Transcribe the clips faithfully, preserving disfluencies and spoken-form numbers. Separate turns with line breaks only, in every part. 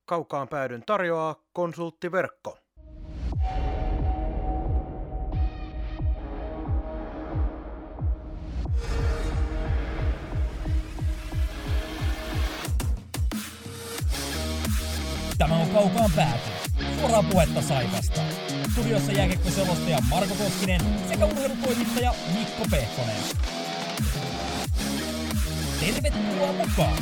Kaukaan päädyn tarjoaa Konsulttiverkko.
Tämä on Kaukaan pääty. Suoraa puhetta Saipasta. Studiossa jääkiekkoselostaja Marko Koskinen sekä urheilutoimittaja Mikko Pehkonen. Tervetuloa mukaan!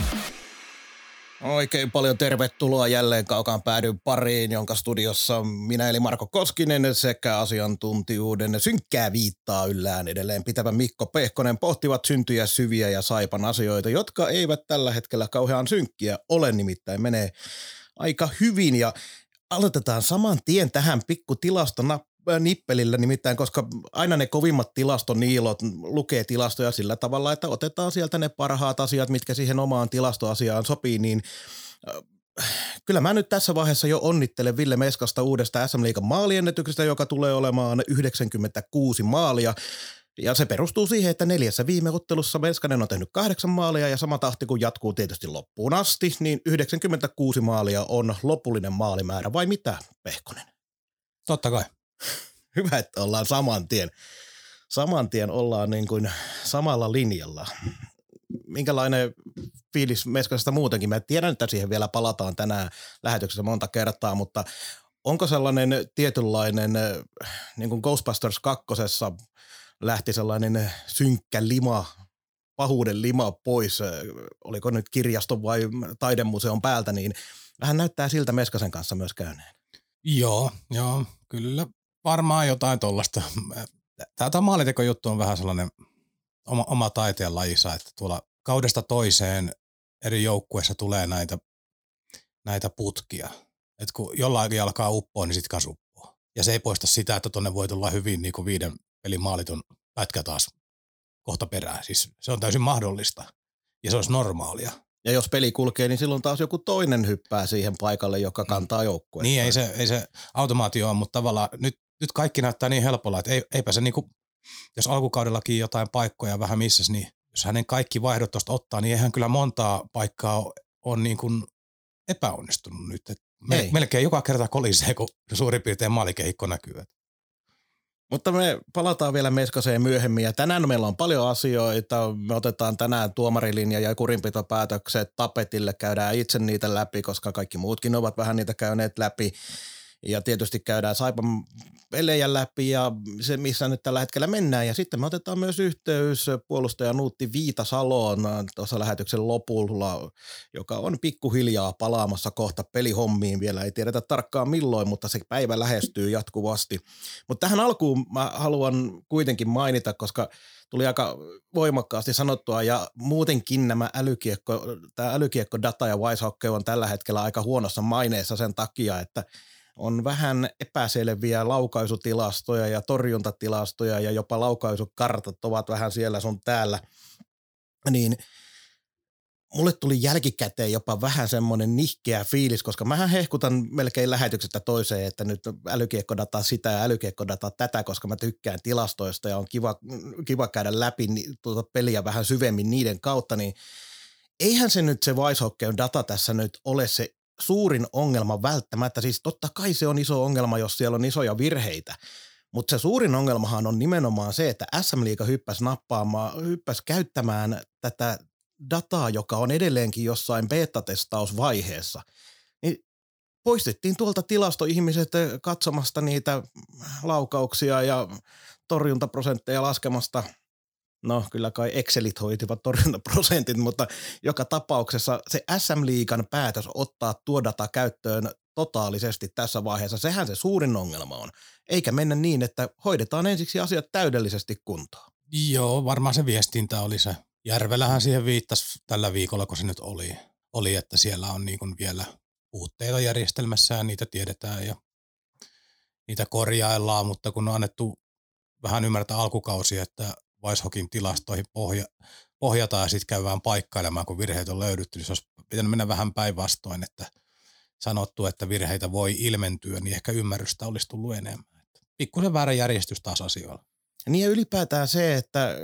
Oikein paljon tervetuloa jälleen Kaukaan päädyn pariin, jonka studiossa minä eli Marko Koskinen sekä asiantuntijuuden synkkää viittaa yllään edelleen pitävä Mikko Pehkonen pohtivat syntyjä, syviä ja Saipan asioita, jotka eivät tällä hetkellä kauhean synkkiä ole, nimittäin menee aika hyvin ja aloitetaan saman tien tähän pikku tilastonippelillä, nimittäin koska aina ne kovimmat tilastoniilot lukee tilastoja sillä tavalla, että otetaan sieltä ne parhaat asiat, mitkä siihen omaan tilastoasiaan sopii, niin äh, kyllä mä nyt tässä vaiheessa jo onnittelen Ville Meskasta uudesta S M-liigan maaliennätyksestä, joka tulee olemaan yhdeksänkymmentäkuusi maalia. Ja se perustuu siihen, että neljässä viime ottelussa Meskanen on tehnyt kahdeksan maalia ja sama tahti kun jatkuu tietysti loppuun asti, niin yhdeksänkymmentäkuusi maalia on lopullinen maalimäärä vai mitä, Pehkonen?
Totta kai.
Hyvä, että ollaan saman tien. Saman tien ollaan niin kuin samalla linjalla. Minkälainen fiilis Meskasesta muutenkin? Mä tiedän, että siihen vielä palataan tänään lähetyksessä monta kertaa, mutta onko sellainen tietynlainen, niin kuin Ghostbusters kakkosessa lähti sellainen synkkä lima, pahuuden lima pois, oliko nyt kirjaston vai taidemuseon päältä, niin vähän näyttää siltä Meskasen kanssa myös käyneen.
Joo, joo, kyllä varmaan jotain tollaista. Tämä maalintekojuttu on vähän sellainen oma, oma taiteen lajissa, että tuolla kaudesta toiseen eri joukkueissa tulee näitä, näitä putkia. Että kun jollain alkaa uppoa, niin sitten kanssa uppoo. Ja se ei poista sitä, että tuonne voi tulla hyvin niin kuin viiden pelin maaliton pätkä taas kohta perään. Siis se on täysin mahdollista ja se olisi normaalia.
Ja jos peli kulkee, niin silloin taas joku toinen hyppää siihen paikalle, joka kantaa joukkuetta.
Niin, ei se, ei se automaatio ole, mutta tavallaan nyt, nyt kaikki näyttää niin helpolla, että ei, eipä se niinku, jos alkukaudellakin jotain paikkoja vähän missäs, niin jos hänen kaikki vaihdot tuosta ottaa, niin eihän kyllä montaa paikkaa ole, on niin kuin epäonnistunut nyt. Et me, melkein joka kerta kolisee, kun suurin piirtein maalikehikko näkyy.
Mutta me palataan vielä Meskaseen myöhemmin ja tänään meillä on paljon asioita. Me otetaan tänään tuomarilinja ja kurinpitopäätökset tapetille, käydään itse niitä läpi, koska kaikki muutkin ovat vähän niitä käyneet läpi. Ja tietysti käydään Saipan pelejä läpi ja se, missä nyt tällä hetkellä mennään. Ja sitten me otetaan myös yhteys puolustaja Nuutti Viitasaloon tuossa lähetyksen lopulla, joka on pikkuhiljaa palaamassa kohta pelihommiin. Vielä ei tiedetä tarkkaan milloin, mutta se päivä lähestyy jatkuvasti. Mutta tähän alkuun mä haluan kuitenkin mainita, koska tuli aika voimakkaasti sanottua ja muutenkin nämä älykiekko, tämä älykiekkodata ja Weishockey on tällä hetkellä aika huonossa maineessa sen takia, että on vähän epäselviä laukaisutilastoja ja torjuntatilastoja ja jopa laukaisukartat ovat vähän siellä sun täällä, niin mulle tuli jälkikäteen jopa vähän semmoinen nihkeä fiilis, koska mähän hehkutan melkein lähetyksestä toiseen, että nyt älykiekkodata sitä ja älykiekkodata tätä, koska mä tykkään tilastoista ja on kiva, kiva käydä läpi tuota peliä vähän syvemmin niiden kautta, niin eihän se nyt se Weishockey data tässä nyt ole se suurin ongelma välttämättä, siis totta kai se on iso ongelma, jos siellä on isoja virheitä, mutta se suurin ongelmahan on nimenomaan se, että S M-liiga hyppäsi nappaamaan, hyppäsi käyttämään tätä dataa, joka on edelleenkin jossain beta-testausvaiheessa, niin poistettiin tuolta tilastoihmiset katsomasta niitä laukauksia ja torjuntaprosentteja laskemasta. No kyllä kai Excelit hoitivat torjuntaprosentit, mutta joka tapauksessa se S M-liigan päätös ottaa tuo data käyttöön totaalisesti tässä vaiheessa, sehän se suurin ongelma on. Eikä mennä niin, että hoidetaan ensiksi asiat täydellisesti kuntoon.
Joo, varmaan se viestintä oli se. Järvelähän siihen viittasi tällä viikolla, kun se nyt oli, oli että siellä on niin kuin vielä puutteita järjestelmässä ja niitä tiedetään ja niitä korjaillaan, mutta kun on annettu vähän ymmärtää alkukausi, että Weishockeyn tilastoihin pohja, pohjataan ja sitten käydään paikkailemaan, kun virheet on löydetty, niin se olisi pitänyt mennä vähän päinvastoin, että sanottu, että virheitä voi ilmentyä, niin ehkä ymmärrystä olisi tullut enemmän. Pikkusen väärä järjestys taas asioilla.
Niin ja ylipäätään se, että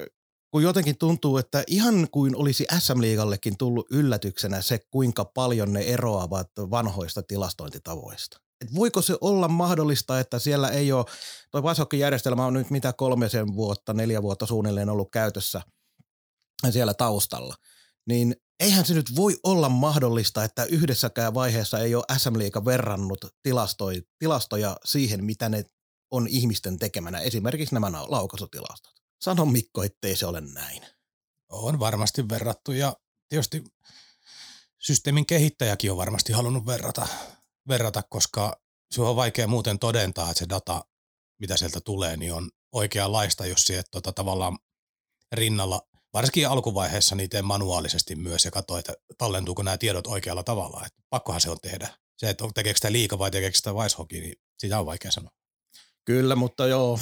kun jotenkin tuntuu, että ihan kuin olisi S M-liigallekin tullut yllätyksenä se, kuinka paljon ne eroavat vanhoista tilastointitavoista. Et voiko se olla mahdollista, että siellä ei ole, toi Vicehockey-järjestelmä on nyt mitä kolmesen vuotta, neljä vuotta suunnilleen ollut käytössä siellä taustalla, niin eihän se nyt voi olla mahdollista, että yhdessäkään vaiheessa ei ole S M-liiga verrannut tilastoi, tilastoja siihen, mitä ne on ihmisten tekemänä, esimerkiksi nämä laukaisutilastot. Sano Mikko, ettei se ole näin.
On varmasti verrattu ja tietysti systeemin kehittäjäkin on varmasti halunnut verrata, verrata koska se on vaikea muuten todentaa, että se data, mitä sieltä tulee, niin on oikeanlaista, jos se tota, tavallaan rinnalla, varsinkin alkuvaiheessa niin teen manuaalisesti myös ja katso, että tallentuuko nämä tiedot oikealla tavalla. Että pakkohan se on tehdä. Se, että tekeekö sitä liiga vai tekeekö sitä Vicehockey, niin sitä on vaikea sanoa.
Kyllä, mutta joo.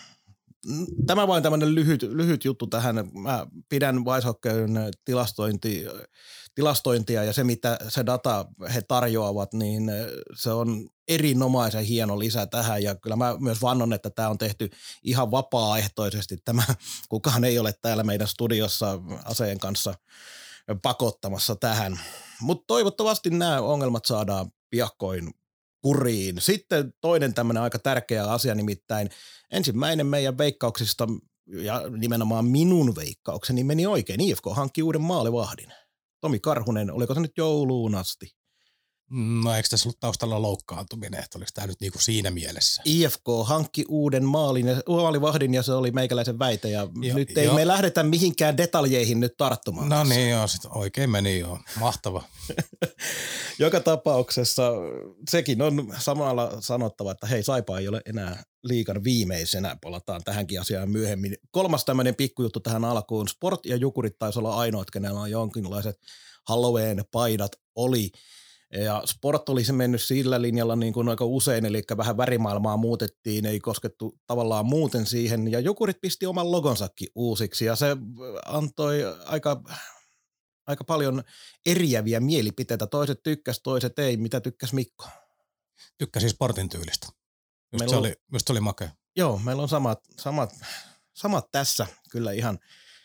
Tämä vain tämmöinen lyhyt, lyhyt juttu tähän. Mä pidän Vicehockeyn tilastointi, tilastointia ja se, mitä se data he tarjoavat, niin se on erinomaisen hieno lisä tähän. Ja kyllä mä myös vannon, että tämä on tehty ihan vapaaehtoisesti. Tämä kukaan ei ole täällä meidän studiossa aseen kanssa pakottamassa tähän. Mutta toivottavasti nämä ongelmat saadaan piakkoin kuriin. Sitten toinen tämmöinen aika tärkeä asia, nimittäin ensimmäinen meidän veikkauksista ja nimenomaan minun veikkaukseni meni oikein. I F K hankki uuden maalivahdin. Tomi Karhunen, oliko se nyt jouluun asti?
No eikö tässä ollut taustalla loukkaantuminen, että oliko tämä nyt niinku siinä mielessä?
I F K hankki uuden maalin, maalivahdin ja se oli meikäläisen väite ja jo, nyt ei jo. me lähdetä mihinkään detaljeihin nyt tarttumaan.
No niin joo, sit oikein meni joo, mahtava.
Joka tapauksessa sekin on samalla sanottava, että hei, Saipa ei ole enää liigan viimeisenä, palataan tähänkin asiaan myöhemmin. Kolmas tämmöinen pikkujuttu tähän alkuun, Sport ja Jukurit taisi olla ainoat, kenellä on jonkinlaiset Halloween-paidat oli. Ja Sport olisi mennyt sillä linjalla niin kuin aika usein, eli vähän värimaailmaa muutettiin, ei koskettu tavallaan muuten siihen, ja Jukurit pisti oman logonsakin uusiksi, ja se antoi aika, aika paljon eriäviä mielipiteitä. Toiset tykkäs, toiset ei. Mitä tykkäs Mikko?
Tykkäsin Sportin tyylistä. Just se, on, oli, just se oli makea.
Joo, meillä on samat, samat, samat tässä, kyllä ihan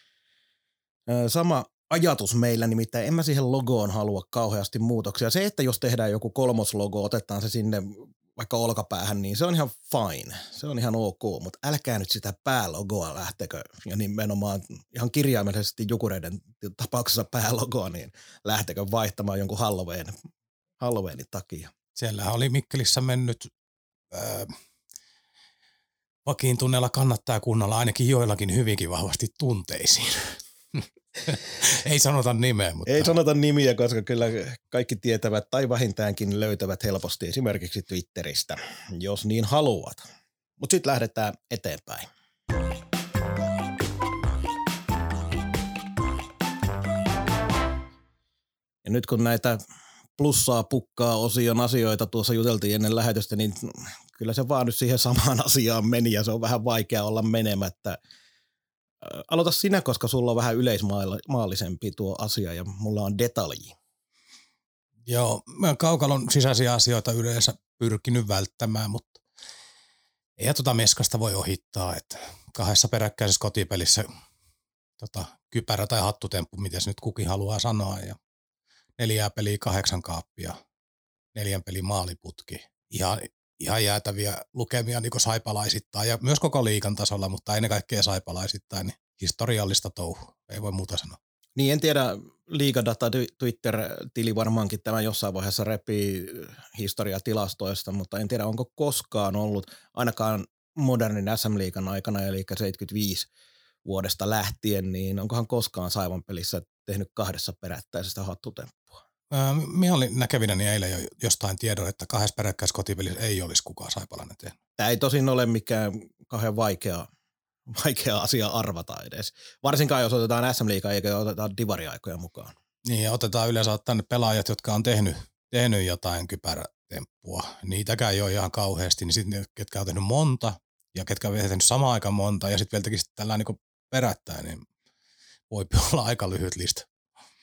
ö, sama ajatus meillä, nimittäin en mä siihen logoon halua kauheasti muutoksia. Se, että jos tehdään joku kolmoslogo, otetaan se sinne vaikka olkapäähän, niin se on ihan fine. Se on ihan ok, mutta älkää nyt sitä päälogoa lähtekö, ja nimenomaan ihan kirjaimellisesti Jukureiden tapauksessa päälogoa, niin lähtekö vaihtamaan jonkun Halloween, Halloweenin takia.
Siellähän oli Mikkelissä mennyt äh, vakiintuneella kannattaa kunnalla ainakin joillakin hyvinkin vahvasti tunteisiin. Ei sanota nimeä, mutta...
Ei sanota nimiä, koska kyllä kaikki tietävät tai vähintäänkin löytävät helposti esimerkiksi Twitteristä, jos niin haluat. Mutta sitten lähdetään eteenpäin. Ja nyt kun näitä plussaa pukkaa osion asioita tuossa juteltiin ennen lähetystä, niin kyllä se vaan nyt siihen samaan asiaan meni ja se on vähän vaikea olla menemättä. Aloita sinä, koska sulla on vähän yleismaallisempi tuo asia ja mulla on detalji.
Joo, mä kaukalon sisäisiä asioita yleensä pyrkinyt välttämään, mutta ei tuota meskasta voi ohittaa, että kahdessa peräkkäisessä kotipelissä tota, kypärä tai hattutemppu, miten se nyt kukin haluaa sanoa, ja neljää peliä kahdeksan kaappia, neljän pelin maaliputki. Ihan, ihan jäätäviä lukemia niin kuin saipalaisittain ja myös koko liigan tasolla, mutta ennen kaikkea saipalaisittain, niin historiallista touhua, ei voi muuta sanoa.
Niin, en tiedä, liigadata Twitter-tili varmaankin tämä jossain vaiheessa repii historiatilastoista, mutta en tiedä, onko koskaan ollut ainakaan modernin S M-liigan aikana, eli seitsemänkymmentäviisi vuodesta lähtien, niin onkohan koskaan Saipan pelissä tehnyt kahdessa perättäisestä hattutemppua?
Öö, minä olin näkevinäni eilen jo jostain tiedon, että kahdessa peräkkäisessä kotipelissä ei olisi kukaan saipalainen tehnyt.
Tämä ei tosin ole mikään kauhean vaikea, vaikea asia arvata edes. Varsinkaan jos otetaan S M-liigaa eikä otetaan divariaikoja mukaan.
Niin, ja otetaan yleensä tänne pelaajat, jotka on tehnyt, tehnyt jotain kypärätemppua. Niitäkään ei ole ihan kauheasti, niin sitten ne, ketkä on tehnyt monta ja ketkä on tehnyt samaan aikaan monta ja sitten vielä tekisi tällä niin perättäin, niin voi olla aika lyhyt lista.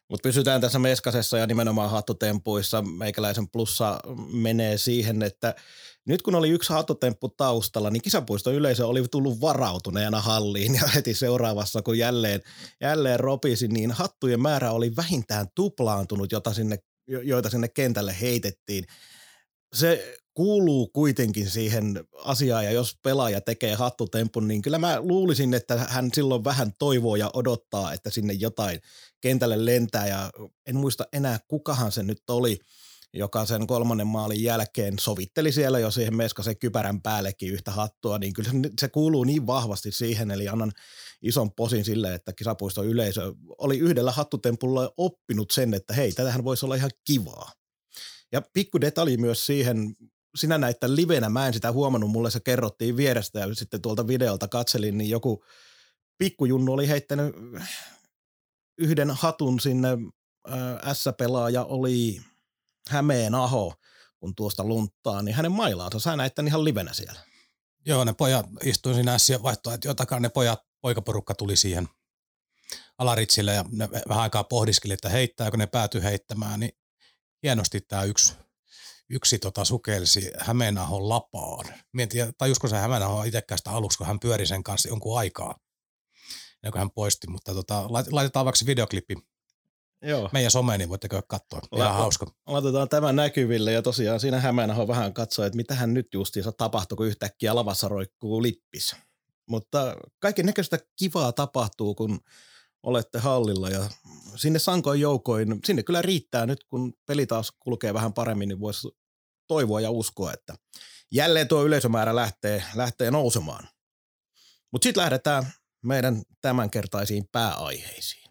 Mutta pysytään tässä Meskasessa ja nimenomaan hattutempuissa. Meikäläisen plussa menee siihen, että nyt kun oli yksi hattutemppu taustalla, niin kisapuiston yleisö oli tullut varautuneena halliin ja heti seuraavassa, kun jälleen, jälleen ropisi, niin hattujen määrä oli vähintään tuplaantunut, jota sinne, joita sinne kentälle heitettiin. Se kuuluu kuitenkin siihen asiaan, ja jos pelaaja tekee hattutempun, niin kyllä mä luulisin, että hän silloin vähän toivoo ja odottaa, että sinne jotain kentälle lentää, ja en muista enää kukahan se nyt oli, joka sen kolmannen maalin jälkeen sovitteli siellä jo siihen Meskasen kypärän päällekin yhtä hattua, niin kyllä se kuuluu niin vahvasti siihen, eli annan ison posin sille, että kisapuiston yleisö oli yhdellä hattutempulla oppinut sen, että hei, tätähän voisi olla ihan kivaa. Ja pikku detalji myös siihen, sinä näit tämän livenä, mä en sitä huomannut, mulle se kerrottiin vierestä ja sitten tuolta videolta katselin, niin joku pikkujunnu oli heittänyt yhden hatun sinne, äh, S-pelaaja oli Hämeen Aho, kun tuosta lunttaa, niin hänen mailaansa, sä näit tämän ihan livenä siellä.
Joo, ne pojat istuin siinä ässiä vaihtoa, että jotakaan ne pojat, poikaporukka tuli siihen alaritsille ja ne vähän aikaa pohdiskeli, että heittääkö ne päätyi heittämään, niin hienosti tämä yksi, yksi tota sukelsi Hämeenahon lapaan. Mietin, tajusko se Hämeenaho itsekään sitä aluksi, kun hän pyöri sen kanssa jonkun aikaa, ennen kuin hän poisti, mutta tota, laitetaan vaikka se videoklippi Joo. meidän someen, niin voitte käydä katsoa. Ihan La- hauska.
Laitetaan tämä näkyville ja tosiaan siinä Hämeenaho vähän katsoi, että mitähän nyt justiinsa tapahtui, kun yhtäkkiä lavassa roikkuu lippis. Mutta kaiken näköistä kivaa tapahtuu, kun olette hallilla ja sinne sankoin joukoin, sinne kyllä riittää nyt, kun peli taas kulkee vähän paremmin, niin voisi toivoa ja uskoa, että jälleen tuo yleisömäärä lähtee, lähtee nousemaan. Mutta sitten lähdetään meidän tämänkertaisiin pääaiheisiin.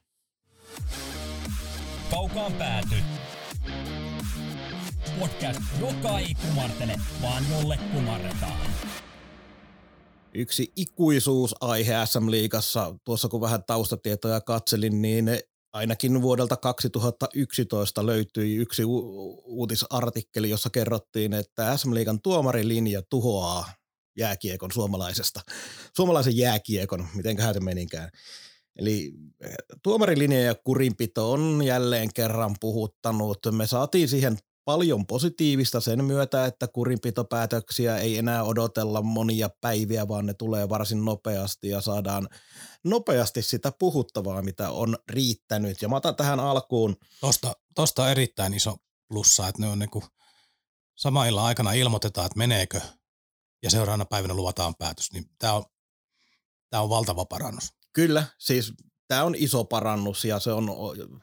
Kaukaan pääty. Podcast, joka ei kumartele, vaan jolle kumarretaan.
Yksi ikuisuusaihe S M-liigassa, tuossa kun vähän taustatietoja katselin, niin ainakin vuodelta kaksituhattayksitoista löytyi yksi u- uutisartikkeli, jossa kerrottiin, että S M-liigan tuomarilinja tuhoaa jääkiekon suomalaisesta, suomalaisen jääkiekon, mitenköhän se menikään. Eli tuomarilinja ja kurinpito on jälleen kerran puhuttanut. Me saatiin siihen paljon positiivista sen myötä, että kurinpitopäätöksiä ei enää odotella monia päiviä, vaan ne tulee varsin nopeasti ja saadaan nopeasti sitä puhuttavaa, mitä on riittänyt. Ja mä otan tähän alkuun.
Tosta, tosta on erittäin iso plussa, että ne on niinku sama illan aikana ilmoitetaan, että meneekö ja seuraavana päivänä luvataan päätös. Niin tää on, tää on valtava parannus.
Kyllä, siis tää on iso parannus ja se on...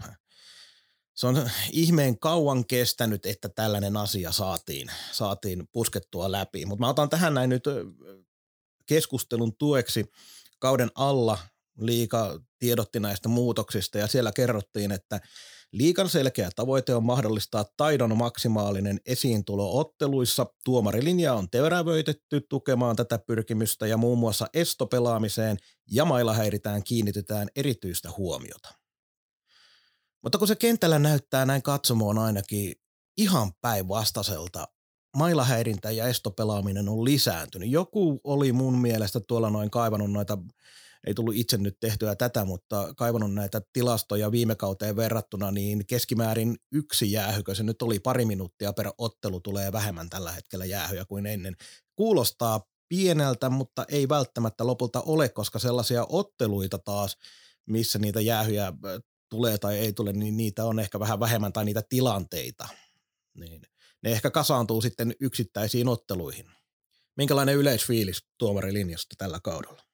Se on ihmeen kauan kestänyt, että tällainen asia saatiin, saatiin puskettua läpi. Mutta mä otan tähän näin nyt keskustelun tueksi. Kauden alla liiga tiedotti näistä muutoksista ja siellä kerrottiin, että liigan selkeä tavoite on mahdollistaa taidon maksimaalinen esiintulo otteluissa. Tuomarilinja on terävöitetty tukemaan tätä pyrkimystä ja muun muassa estopelaamiseen ja mailahäiritään kiinnitetään erityistä huomiota. Mutta kun se kentällä näyttää näin katsomoon ainakin ihan päinvastaiselta, mailahäirintä ja estopelaaminen on lisääntynyt. Joku oli mun mielestä tuolla noin kaivannut noita, ei tullut itse nyt tehtyä tätä, mutta kaivannut näitä tilastoja viime kauteen verrattuna, niin keskimäärin yksi jäähykö, se nyt oli pari minuuttia per ottelu, tulee vähemmän tällä hetkellä jäähyjä kuin ennen. Kuulostaa pieneltä, mutta ei välttämättä lopulta ole, koska sellaisia otteluita taas, missä niitä jäähyjä tulee tai ei tule, niin niitä on ehkä vähän vähemmän tai niitä tilanteita. Niin ne ehkä kasaantuu sitten yksittäisiin otteluihin. Minkälainen yleisfiilis tuomarilinjasta tällä kaudella?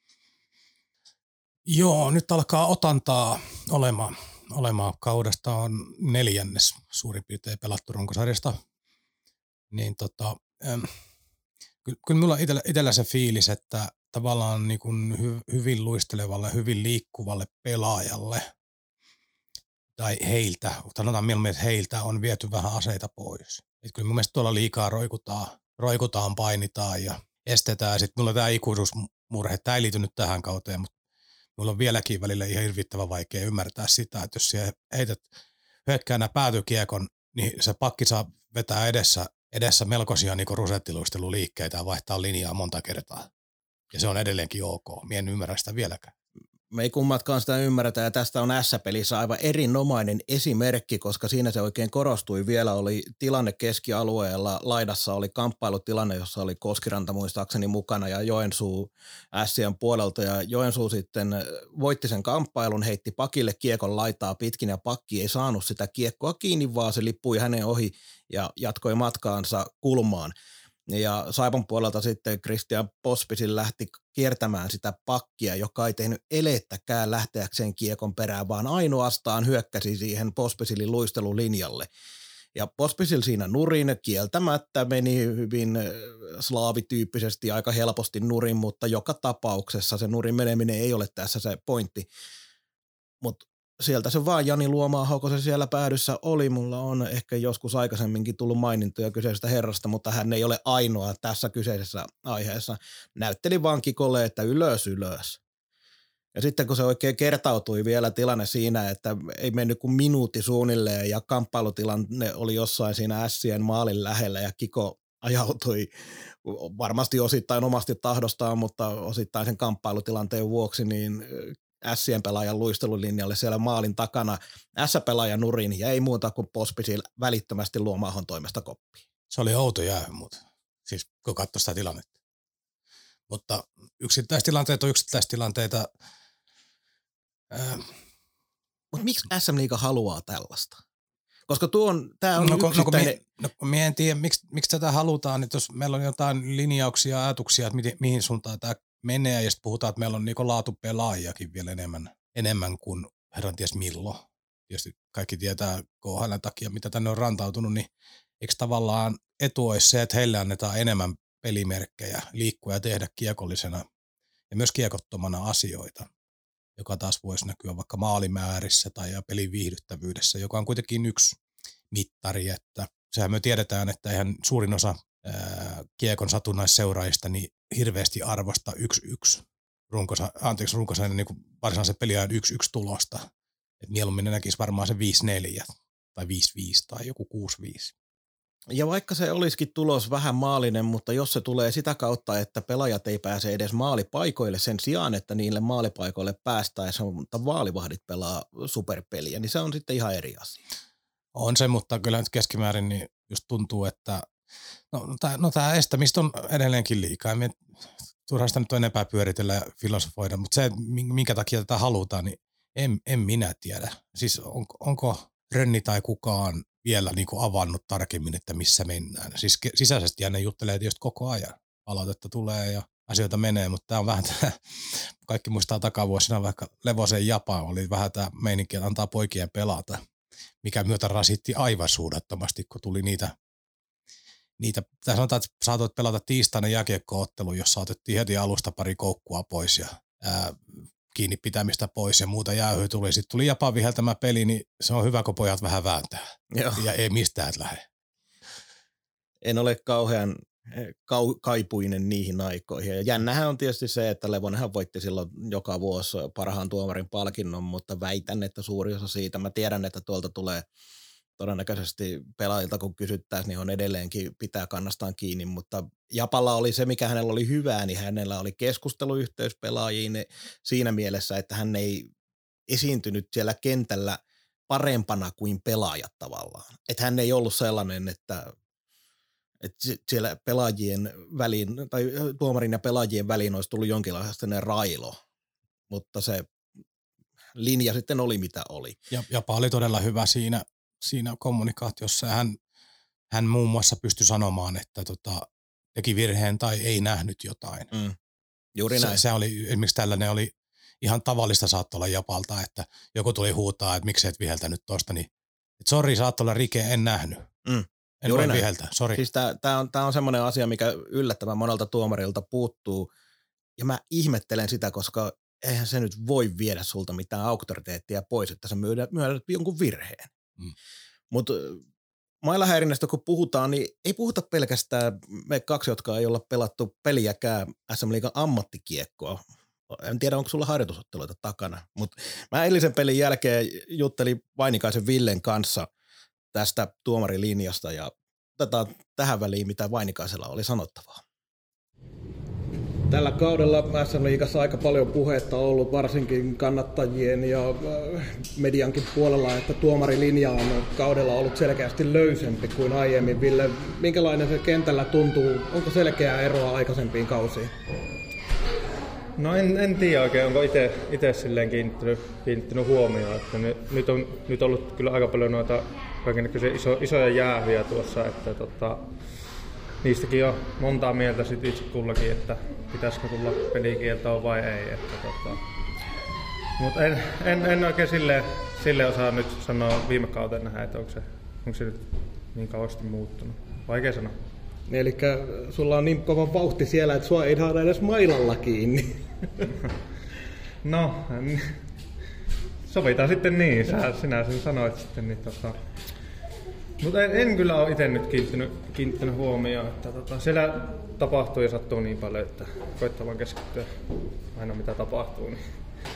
Joo, nyt alkaa otantaa olemaan. olemaan. Kaudesta on neljännes suurin piirtein pelattu runkosarjasta. Niin tota, ähm, kyllä, kyllä minulla itsellä, itsellä se fiilis, että tavallaan niin kuin hy, hyvin luistelevalle, hyvin liikkuvalle pelaajalle – tai heiltä, sanotaan mieluummin, että heiltä on viety vähän aseita pois. Et kyllä mun mielestä tuolla liikaa roikutaan, roikutaan, painitaan ja estetään. Sitten mulla tämä ikuisuusmurhe, tämä ei liity nyt tähän kauteen, mutta mulla on vieläkin välillä ihan hirvittävän vaikea ymmärtää sitä, että jos siellä heität hyökkäänä päätykiekon, niin se pakki saa vetää edessä, edessä melkoisia niin rusettiluisteluliikkeitä ja vaihtaa linjaa monta kertaa. Ja se on edelleenkin ok. Mie en ymmärrä sitä vieläkään.
Me ei kummatkaan sitä ymmärretä ja tästä on S-pelissä aivan erinomainen esimerkki, koska siinä se oikein korostui. Vielä oli tilanne keskialueella, laidassa oli kamppailutilanne, jossa oli Koskiranta muistaakseni mukana ja Joensuu Sien puolelta ja Joensuu sitten voitti sen kamppailun, heitti pakille kiekon laitaa pitkin ja pakki ei saanut sitä kiekkoa kiinni, vaan se lippui hänen ohi ja jatkoi matkaansa kulmaan. Ja Saipan puolelta sitten Christian Pospisil lähti kiertämään sitä pakkia, joka ei tehnyt elettäkään lähteäkseen kiekon perään, vaan ainoastaan hyökkäsi siihen Pospisilin luistelulinjalle. Ja Pospisil siinä nurin kieltämättä meni hyvin slaavityyppisesti aika helposti nurin, mutta joka tapauksessa se nurin meneminen ei ole tässä se pointti. Mutta sieltä se vaan Jani Luomaa, kun se siellä päädyssä oli. Mulla on ehkä joskus aikaisemminkin tullut mainintoja kyseisestä herrasta, mutta hän ei ole ainoa tässä kyseisessä aiheessa. Näytteli vaan Kikolle, että ylös, ylös. Ja sitten kun se oikein kertautui vielä tilanne siinä, että ei mennyt kuin minuutti suunnilleen ja kamppailutilanne oli jossain siinä Sien maalin lähellä ja Kiko ajautui varmasti osittain omasti tahdostaan, mutta osittain sen kamppailutilanteen vuoksi niin Sien pelaajan luistelulinjalle siellä maalin takana S-pelaajan nurin ja ei muuta kuin Pospisil välittömästi Luomaahon toimesta koppiin.
Se oli outo jäähy, mutta siis kun katsoi sitä tilannetta. Mutta yksittäistilanteet on yksittäistilanteita. Ää...
Mutta miksi S M-liiga haluaa tällaista? Koska tuo on, tää on
no,
yksittäinen...
No kun mie en tiedä, miksi, miksi tätä halutaan, että jos meillä on jotain linjauksia ja ajatuksia, että mihin, mihin suuntaan tämä menee, ja sitten puhutaan, että meillä on niinku laatupelaajiakin vielä enemmän, enemmän kuin herran ties milloin. Tietysti kaikki tietää K H L:n takia, mitä tänne on rantautunut, niin eikö tavallaan etu olisi se, että heille annetaan enemmän pelimerkkejä, liikkua ja tehdä kiekollisena ja myös kiekottomana asioita, joka taas voisi näkyä vaikka maalimäärissä tai pelin viihdyttävyydessä, joka on kuitenkin yksi mittari, että sehän me tiedetään, että eihän suurin osa ää, kiekon satunnaisseuraajista niin hirveästi arvosta yksi yksi runkosa, anteeksi runkosarjan niin varsinaisen peliajan yksi yksi tulosta, että mieluummin ne näkisi varmaan se viisi neljä tai viisi viisi tai joku kuusi viisi.
Ja vaikka se olisikin tulos vähän maallinen, mutta jos se tulee sitä kautta, että pelaajat ei pääse edes maalipaikoille sen sijaan, että niille maalipaikoille päästäessä, mutta vaalivahdit pelaa superpeliä, niin se on sitten ihan eri asia.
On se, mutta kyllä nyt keskimäärin niin just tuntuu, että no, tämä no, estämistä on edelleenkin liikaa. Me turhaan sitä nyt on enempää pyöritellä ja filosofoida, mutta se, minkä takia tätä halutaan, niin en, en minä tiedä. Siis on, onko Rönni tai kukaan vielä niin kuin avannut tarkemmin, että missä mennään. Siis sisäisesti ja ne juttelee tietysti koko ajan. Palautetta tulee ja asioita menee, mutta tämä on vähän tämä, kaikki muistaa takavuosina vaikka Levosen Japan oli vähän tämä meininki, että antaa poikien pelata, mikä myötä rasitti aivan suudattomasti, kun tuli niitä, niitä tai sanotaan, että saatoit pelata tiistaina jääkiekko-ottelu, jossa otettiin heti alusta pari koukkua pois ja ää, kiinni pitämistä pois ja muuta jäähyä tuli. Sitten tuli Japan viheltämä peli, niin se on hyvä, kun pojat vähän vääntää. Joo. Ja ei mistään lähde.
En ole kauhean kau- kaipuinen niihin aikoihin. Ja jännähän on tietysti se, että Levonenhan voitti silloin joka vuosi parhaan tuomarin palkinnon, mutta väitän, että suuri osa siitä, mä tiedän, että tuolta tulee todennäköisesti pelaajilta, kun kysyttäisiin, niin on edelleenkin pitää kannastaan kiinni, mutta Japalla oli se, mikä hänellä oli hyvää, niin hänellä oli keskusteluyhteys pelaajiin siinä mielessä, että hän ei esiintynyt siellä kentällä parempana kuin pelaajat tavallaan. Että hän ei ollut sellainen, että, että siellä pelaajien väliin, tai tuomarin ja pelaajien väliin olisi tullut jonkinlaista railo, mutta se linja sitten oli mitä oli.
Ja Japa oli todella hyvä siinä, siinä kommunikaatiossa. Hän, hän muun muassa pystyi sanomaan, että tota, teki virheen tai ei nähnyt jotain. Mm.
Juuri näin.
Se, se oli, esimerkiksi tällainen oli ihan tavallista saattoi olla Japalta, että joku tuli huutaa, että miksi et viheltänyt tosta, niin että sori, saattoi olla rike, en nähnyt. Mm. En Juuri voi näin. Viheltää, sori.
Siis tämä on, on semmoinen asia, mikä yllättävän monelta tuomarilta puuttuu, ja mä ihmettelen sitä, koska eihän se nyt voi viedä sulta mitään auktoriteettia pois, että sä myödät, myödät jonkun virheen. Mm. Mutta mailahäirinnästä kun puhutaan, niin ei puhuta pelkästään me kaksi, jotka ei olla pelattu peliäkään S M-liigan ammattikiekkoa. En tiedä, onko sulla harjoitusotteluita takana, mutta mä eilisen pelin jälkeen juttelin Vainikaisen Villen kanssa tästä tuomarilinjasta ja otetaan tähän väliin, mitä Vainikaisella oli sanottavaa. Tällä kaudella S M-liigassa aika paljon puhetta ollut, varsinkin kannattajien ja mediankin puolella, että tuomarilinja on kaudella ollut selkeästi löysempi kuin aiemmin. Ville, minkälainen se kentällä tuntuu? Onko selkeää eroa aikaisempiin kausiin?
No en, en tiedä oikein, onko itse silleen kiinnittänyt, kiinnittänyt huomioon. Että nyt, nyt on nyt ollut kyllä aika paljon noita kaikennäköisiä iso, isoja jäähyjä tuossa, että tota, niistäkin on montaa mieltä sit itse kullakin, että pitäisikö tulla pelikieltoa vai ei. Että tota. Mutta en, en, en oikein silleen, silleen osaa nyt sanoa viime kauteen nähdä, että onko se, onko se nyt niin kauheasti muuttunut. Vaikea sanoa.
Eli sulla on niin kova vauhti siellä, että sua ei saada edes mailalla kiinni.
No, sovitaan sitten niin. Sä, sinä sen sanoit sitten. Niin tota. Mutta en, en kyllä ole itse nyt kiinnittänyt, kiinnittänyt huomioon. Että tota, siellä tapahtuu ja sattuu niin paljon, että koittaa vaan keskittyä aina mitä tapahtuu. Niin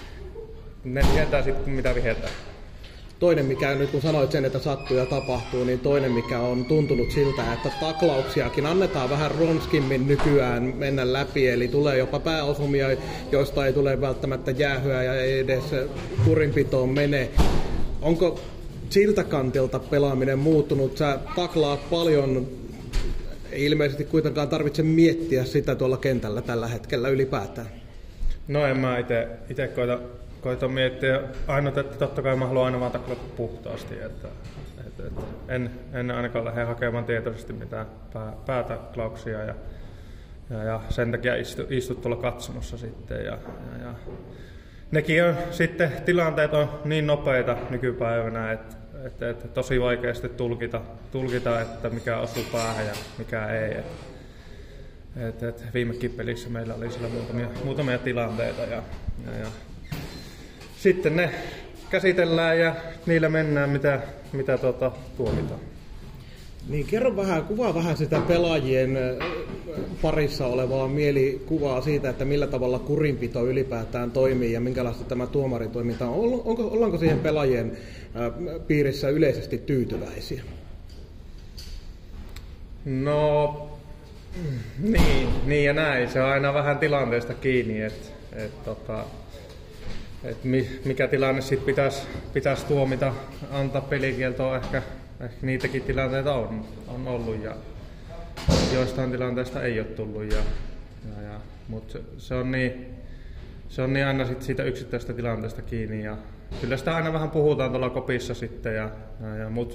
ne vihetää sitten mitä vihetää.
Toinen, mikä nyt kun sanoit sen, että sattuu ja tapahtuu, niin toinen, mikä on tuntunut siltä, että taklauksiakin annetaan vähän ronskimmin nykyään mennä läpi, eli tulee jopa pääosumia, joista ei tule välttämättä jäähyä ja ei edes kurinpitoon mene. Onko siltä kantilta pelaaminen muuttunut? Sä taklaat paljon, ei ilmeisesti kuitenkaan tarvitse miettiä sitä tuolla kentällä tällä hetkellä ylipäätään.
No en mä ite koita Koitan miettiä ainoa, että totta kai mä haluan aina vaan taklata puhtaasti, että, että, että en, en ainakaan lähde hakemaan tietoisesti mitään pää, päätaklauksia ja, ja, ja sen takia istu, istut tuolla katsomossa sitten. Ja, ja, ja. Nekin on sitten, tilanteet on niin nopeita nykypäivänä, että, että, että tosi vaikea sitten tulkita, tulkita, että mikä osuu päähän ja mikä ei. Et, et, et viimekin pelissä meillä oli siellä muutamia, muutamia tilanteita ja, ja, ja sitten ne käsitellään ja niillä mennään, mitä, mitä tuota, tuomitaan.
Niin kerro vähän, kuvaa vähän sitä pelaajien parissa olevaa mielikuvaa siitä, että millä tavalla kurinpito ylipäätään toimii ja minkälaista tämä tuomaritoiminta on. Onko, ollaanko siihen pelaajien piirissä yleisesti tyytyväisiä?
No, niin, niin ja näin. Se on aina vähän tilanteesta kiinni, että et, tota, et mikä tilanne sitten pitäisi pitäis tuomita, antaa pelikieltoa, ehkä, ehkä niitäkin tilanteita on, on ollut ja joistain tilanteista ei ole tullut. Ja, ja, ja, mutta se on niin, se on niin aina sit siitä yksittäisestä tilanteesta kiinni ja kyllä sitä aina vähän puhutaan tuolla kopissa sitten, ja, ja, ja, mutta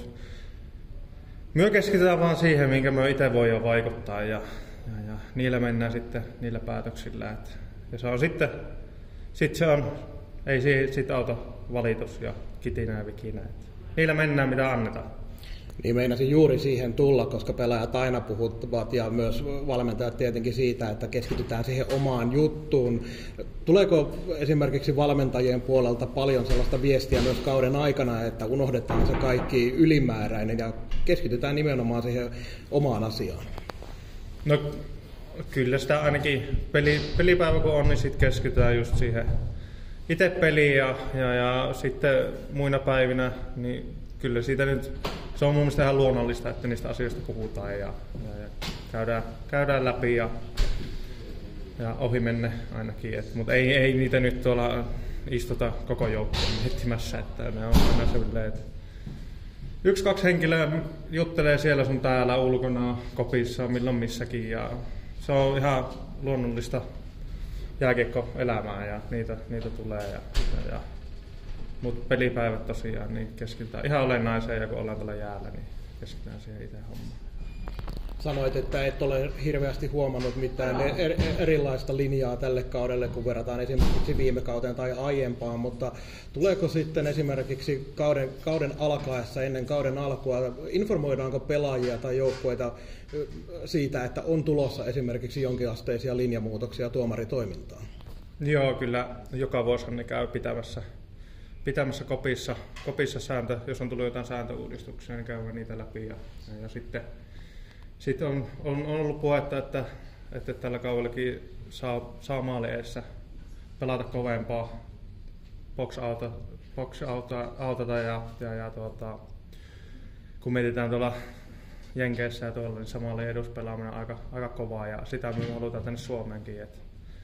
me keskitytään vaan siihen, minkä me itse voidaan vaikuttaa ja, ja, ja niillä mennään sitten niillä päätöksillä. Et, ja se on sitten, sit se on, ei siitä auta valitus ja kitinä ja vikinä. Et niillä mennään mitä annetaan.
Niin meinasin juuri siihen tulla, koska pelaajat aina puhuttavat ja myös valmentajat tietenkin siitä, että keskitytään siihen omaan juttuun. Tuleeko esimerkiksi valmentajien puolelta paljon sellaista viestiä myös kauden aikana, että unohdetaan se kaikki ylimääräinen ja keskitytään nimenomaan siihen omaan asiaan?
No kyllä sitä ainakin peli, pelipäivä kun on, niin sitten keskitytään just siihen itse peliin ja, ja, ja sitten muina päivinä, niin kyllä siitä nyt, se on mun mielestä ihan luonnollista, että niistä asioista puhutaan ja, ja, ja käydään, käydään läpi ja, ja ohi menne ainakin. Mutta ei, ei niitä nyt tuolla istuta koko joukkoon miettimässä, että ne on aina sellainen, että yksi, kaksi henkilöä juttelee siellä sun täällä ulkona kopissa milloin missäkin ja se on ihan luonnollista jääkiekkoelämää ja niitä, niitä tulee. Ja, ja, ja. Mutta pelipäivät tosiaan niin keskitytään ihan olennaiseen ja kun ollaan tällä jäällä, niin keskitytään siihen itse hommaan.
Sanoit, että et ole hirveästi huomannut mitään er- erilaista linjaa tälle kaudelle, kun verrataan esimerkiksi viime kauteen tai aiempaan, mutta tuleeko sitten esimerkiksi kauden, kauden alkaessa, ennen kauden alkua, informoidaanko pelaajia tai joukkueita siitä, että on tulossa esimerkiksi jonkinasteisia linjamuutoksia tuomaritoimintaan?
Joo, kyllä joka vuosi ne käy pitämässä, pitämässä kopissa, kopissa sääntö, jos on tullut jotain sääntöuudistuksia, niin käydään niitä läpi ja, ja sitten Sitten on, on, on ollut puhetta, että, että tällä kaudellakin saa, saa maali eessä pelata kovempaa, box-auta, box-autata ja, ja, ja tuota, kun mietitään tuolla Jenkeissä ja tuolla, niin se maali eduspelaaminen on aika, aika kovaa ja sitä me halutaan tänne Suomeenkin. Et,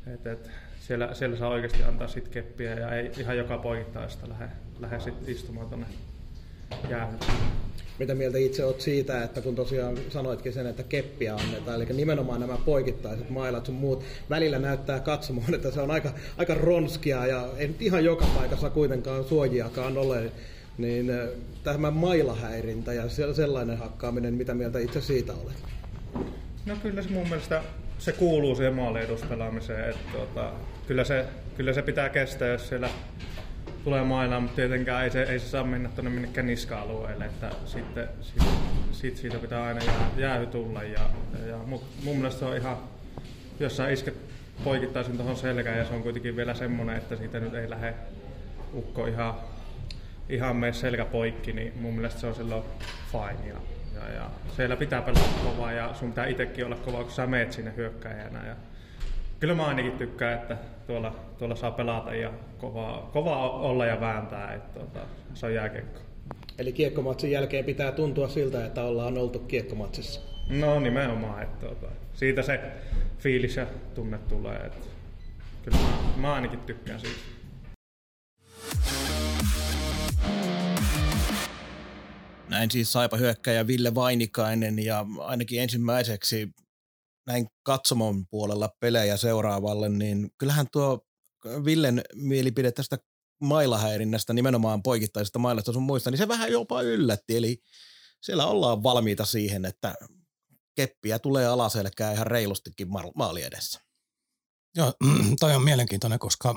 Et, et, siellä, siellä saa oikeasti antaa sit keppiä ja ei ihan joka poikittaista lähde, lähde sit istumaan tuonne jäähylle.
Mitä mieltä itse olet siitä, että kun tosiaan sanoitkin sen, että keppiä annetaan, eli nimenomaan nämä poikittaiset mailat sun muut, välillä näyttää katsomaan, että se on aika, aika ronskia ja ei nyt ihan joka paikassa kuitenkaan suojiakaan ole, niin tämä mailahäirintä ja sellainen hakkaaminen, mitä mieltä itse siitä olet?
No kyllä se mun mielestä se kuuluu siihen maalieduspelaamiseen, että tuota, kyllä, se, kyllä se pitää kestää, jos siellä tulee mailaa, mutta tietenkään ei se, ei se saa mennä tuonne minnekään niska-alueelle, että sitten sit, sit siitä pitää aina jää, jäähy tulla. Ja, ja mun mielestä se on ihan, jos sä isket poikittaisin tuohon selkään ja se on kuitenkin vielä semmoinen, että siitä nyt ei lähde ukko ihan, ihan mene selkä poikki, niin mun mielestä se on silloin fine. Ja, ja, ja siellä pitää pelata kovaa ja sun pitää itsekin olla kovaa, kun sä meet sinne hyökkääjänä. Ja kyllä mä ainakin tykkään, että tuolla, tuolla saa pelata ja kovaa, kovaa olla ja vääntää, että tuota, se on jääkiekko. Eli
kiekkomatsin jälkeen pitää tuntua siltä, että ollaan oltu kiekkomatsissa?
No nimenomaan, että tuota, siitä se fiilis ja tunne tulee. Että kyllä mä, mä ainakin tykkään siitä.
Näin siis Saipa hyökkääjä Ville Vainikainen ja ainakin ensimmäiseksi näin katsomon puolella pelejä seuraavalle, niin kyllähän tuo Villen mielipide tästä mailahäirinnästä, nimenomaan poikittaisesta mailasta sun muista, niin se vähän jopa yllätti. Eli siellä ollaan valmiita siihen, että keppiä tulee alaselkää ihan reilustikin maali edessä.
Joo, toi on mielenkiintoinen, koska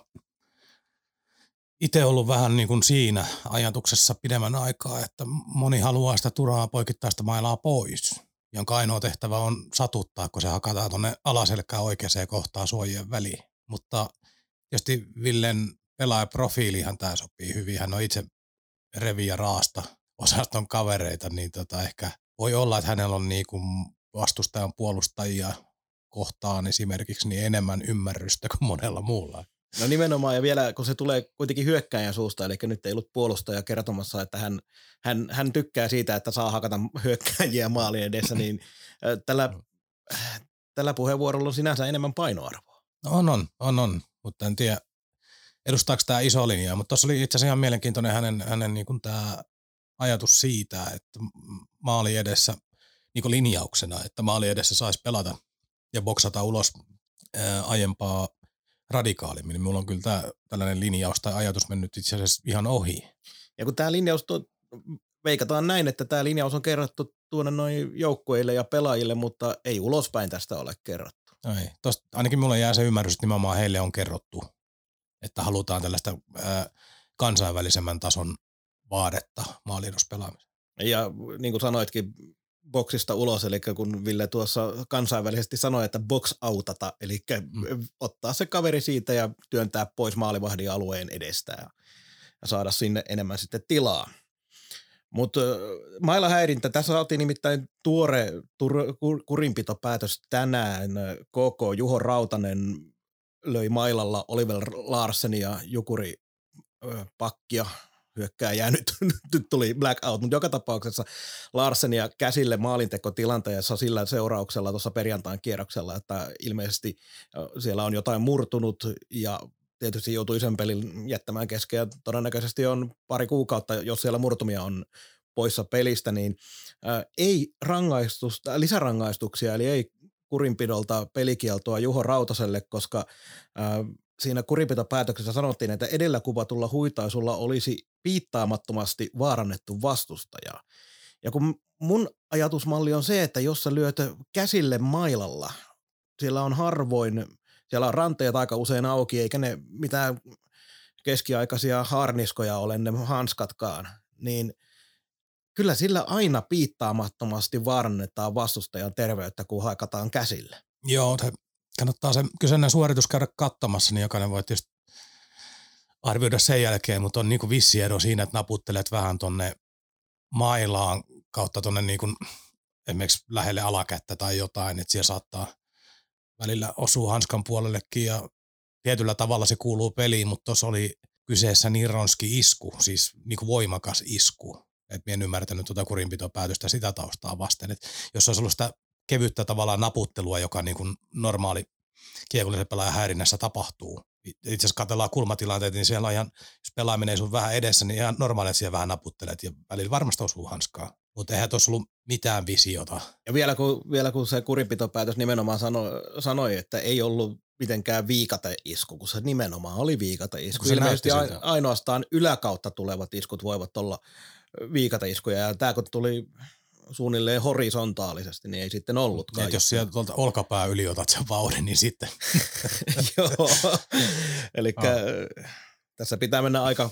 itse ollut vähän niin kuin siinä ajatuksessa pidemmän aikaa, että moni haluaa sitä turhaa poikittaista mailaa pois, jonka ainoa tehtävä on satuttaa, kun se hakataan tuonne alaselkään oikeaan kohtaan suojien väliin. Mutta tietysti Villen pelaajaprofiilihan tämä sopii hyvin. Hän on itse revi ja raasta osaston kavereita, niin tota ehkä voi olla, että hänellä on niin kuin vastustajan puolustajia kohtaan esimerkiksi niin enemmän ymmärrystä kuin monella muulla.
No nimenomaan, ja vielä kun se tulee kuitenkin hyökkääjän suusta, eli nyt ei ollut puolustaja kertomassa, että hän, hän, hän tykkää siitä, että saa hakata hyökkääjiä maalin edessä, niin tällä, tällä puheenvuorolla on sinänsä enemmän painoarvoa.
No on, on, on, on, mutta en tiedä, edustaako tämä iso linja, mutta tuossa oli itse asiassa ihan mielenkiintoinen hänen, hänen niin kuin tämä ajatus siitä, että maali edessä niin kuin linjauksena, että maali edessä saisi pelata ja boksata ulos ää, aiempaa radikaalimmin, niin minulla on kyllä tämä, tällainen linjaus tai ajatus mennyt itse asiassa ihan ohi.
Ja kun tämä linjaus, tuo, veikataan näin, että tämä linjaus on kerrottu tuonne noin joukkueille ja pelaajille, mutta ei ulospäin tästä ole kerrottu.
Ei, tosta, ainakin minulla jää se ymmärrys, että nimenomaan heille on kerrottu, että halutaan tällaista ää, kansainvälisemmän tason vaadetta maaliiduspelaamiseen.
Ja niin kuin sanoitkin, boksista ulos, eli kun Ville tuossa kansainvälisesti sanoi, että box outata, eli mm. ottaa se kaveri siitä ja työntää pois maalivahdin alueen edestä ja, ja saada sinne enemmän sitten tilaa. Mutta mailahäirintä, tässä saatiin nimittäin tuore tur- kur- kurinpitopäätös tänään. K K Juho Rautanen löi mailalla Oliver Larssenia Jukuri ö, pakkia. Hyökkääjää nyt, nyt tuli blackout, mutta joka tapauksessa Larssenia käsille maalintekotilanteessa sillä seurauksella tuossa perjantain kierroksella, että ilmeisesti siellä on jotain murtunut ja tietysti joutui sen pelin jättämään kesken ja todennäköisesti on pari kuukautta, jos siellä murtumia on poissa pelistä, niin ää, ei rangaistusta, lisärangaistuksia, eli ei kurinpidolta pelikieltoa Juho Rautaselle, koska ää, siinä kurinpitopäätöksessä sanottiin, että edellä kuvatulla huitaisulla olisi piittaamattomasti vaarannettu vastustajaa. Ja kun mun ajatusmalli on se, että jos sä lyöt käsille mailalla, siellä on harvoin, siellä on ranteet aika usein auki, eikä ne mitään keskiaikaisia harniskoja ole ne hanskatkaan, niin kyllä sillä aina piittaamattomasti vaarannetaan vastustajan terveyttä, kun hakataan käsille.
Joo, se kannattaa se kyseinen suoritus käydä katsomassa, niin jokainen voi tietysti arvioida sen jälkeen, mutta on niinku vissi ero siinä, että naputtelet vähän tonne mailaan kautta tonne niinku esimerkiksi lähelle alakättä tai jotain, että siellä saattaa välillä osua hanskan puolellekin ja tietyllä tavalla se kuuluu peliin, mutta tuossa oli kyseessä niin ronski isku, siis niinku voimakas isku, että minä en ymmärtänyt tuota kurinpitopäätöstä sitä taustaa vasten, että jos olisi ollut sitä kevyttä tavallaan naputtelua, joka niin kuin normaali kiekollisen pelaajan häirinnässä tapahtuu. Itse asiassa katsellaan kulmatilanteita, niin siellä on ihan, jos pelaa menee sun vähän edessä, niin ihan normaali, että siellä vähän naputtelet ja välillä varmasti osuu hanskaa. Mutta eihän tuossa ollut mitään visiota.
Ja vielä kun, vielä kun se kurinpitopäätös nimenomaan sanoi, sanoi, että ei ollut mitenkään viikateisku, kun se nimenomaan oli viikateisku. Ilmeisesti a- ainoastaan yläkautta tulevat iskut voivat olla viikateiskuja, ja tämä kun tuli suunnilleen horisontaalisesti, niin ei sitten ollutkaan.
Jos sieltä tuolta olkapää yli otat sen vauhdin, niin sitten.
Joo, eli oh. Tässä pitää mennä aika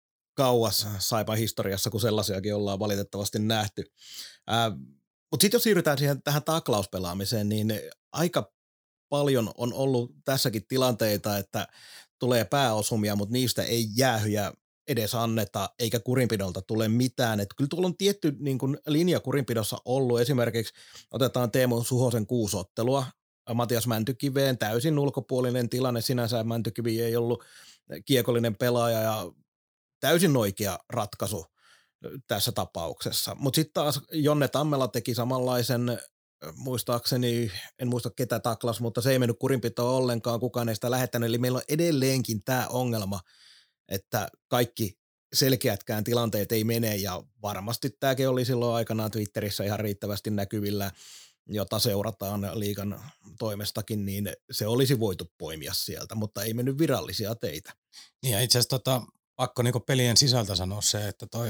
kauas Saipan historiassa, kun sellaisiakin ollaan valitettavasti nähty. Äh, Mutta sitten jos siirrytään siihen tähän taklauspelaamiseen, niin aika paljon on ollut tässäkin tilanteita, että tulee pääosumia, mutta niistä ei jäähyjä edes anneta, eikä kurinpidolta tule mitään. Et kyllä tuolla on tietty niin kun linja kurinpidossa ollut. Esimerkiksi otetaan Teemu Suhosen kuusottelua, Matias Mäntykiveen täysin ulkopuolinen tilanne. Sinänsä Mäntykivi ei ollut kiekollinen pelaaja ja täysin oikea ratkaisu tässä tapauksessa. Mutta sitten taas Jonne Tammela teki samanlaisen, muistaakseni, en muista ketä taklas, mutta se ei mennyt kurinpitoon ollenkaan, kukaan ei sitä lähettänyt. Eli meillä on edelleenkin tämä ongelma, että kaikki selkeätkään tilanteet ei mene, ja varmasti tämäkin oli silloin aikanaan Twitterissä ihan riittävästi näkyvillä, jota seurataan liigan toimestakin, niin se olisi voitu poimia sieltä, mutta ei mennyt virallisia teitä.
Ja itse asiassa tota, pakko niinku pelien sisältä sanoa se, että toi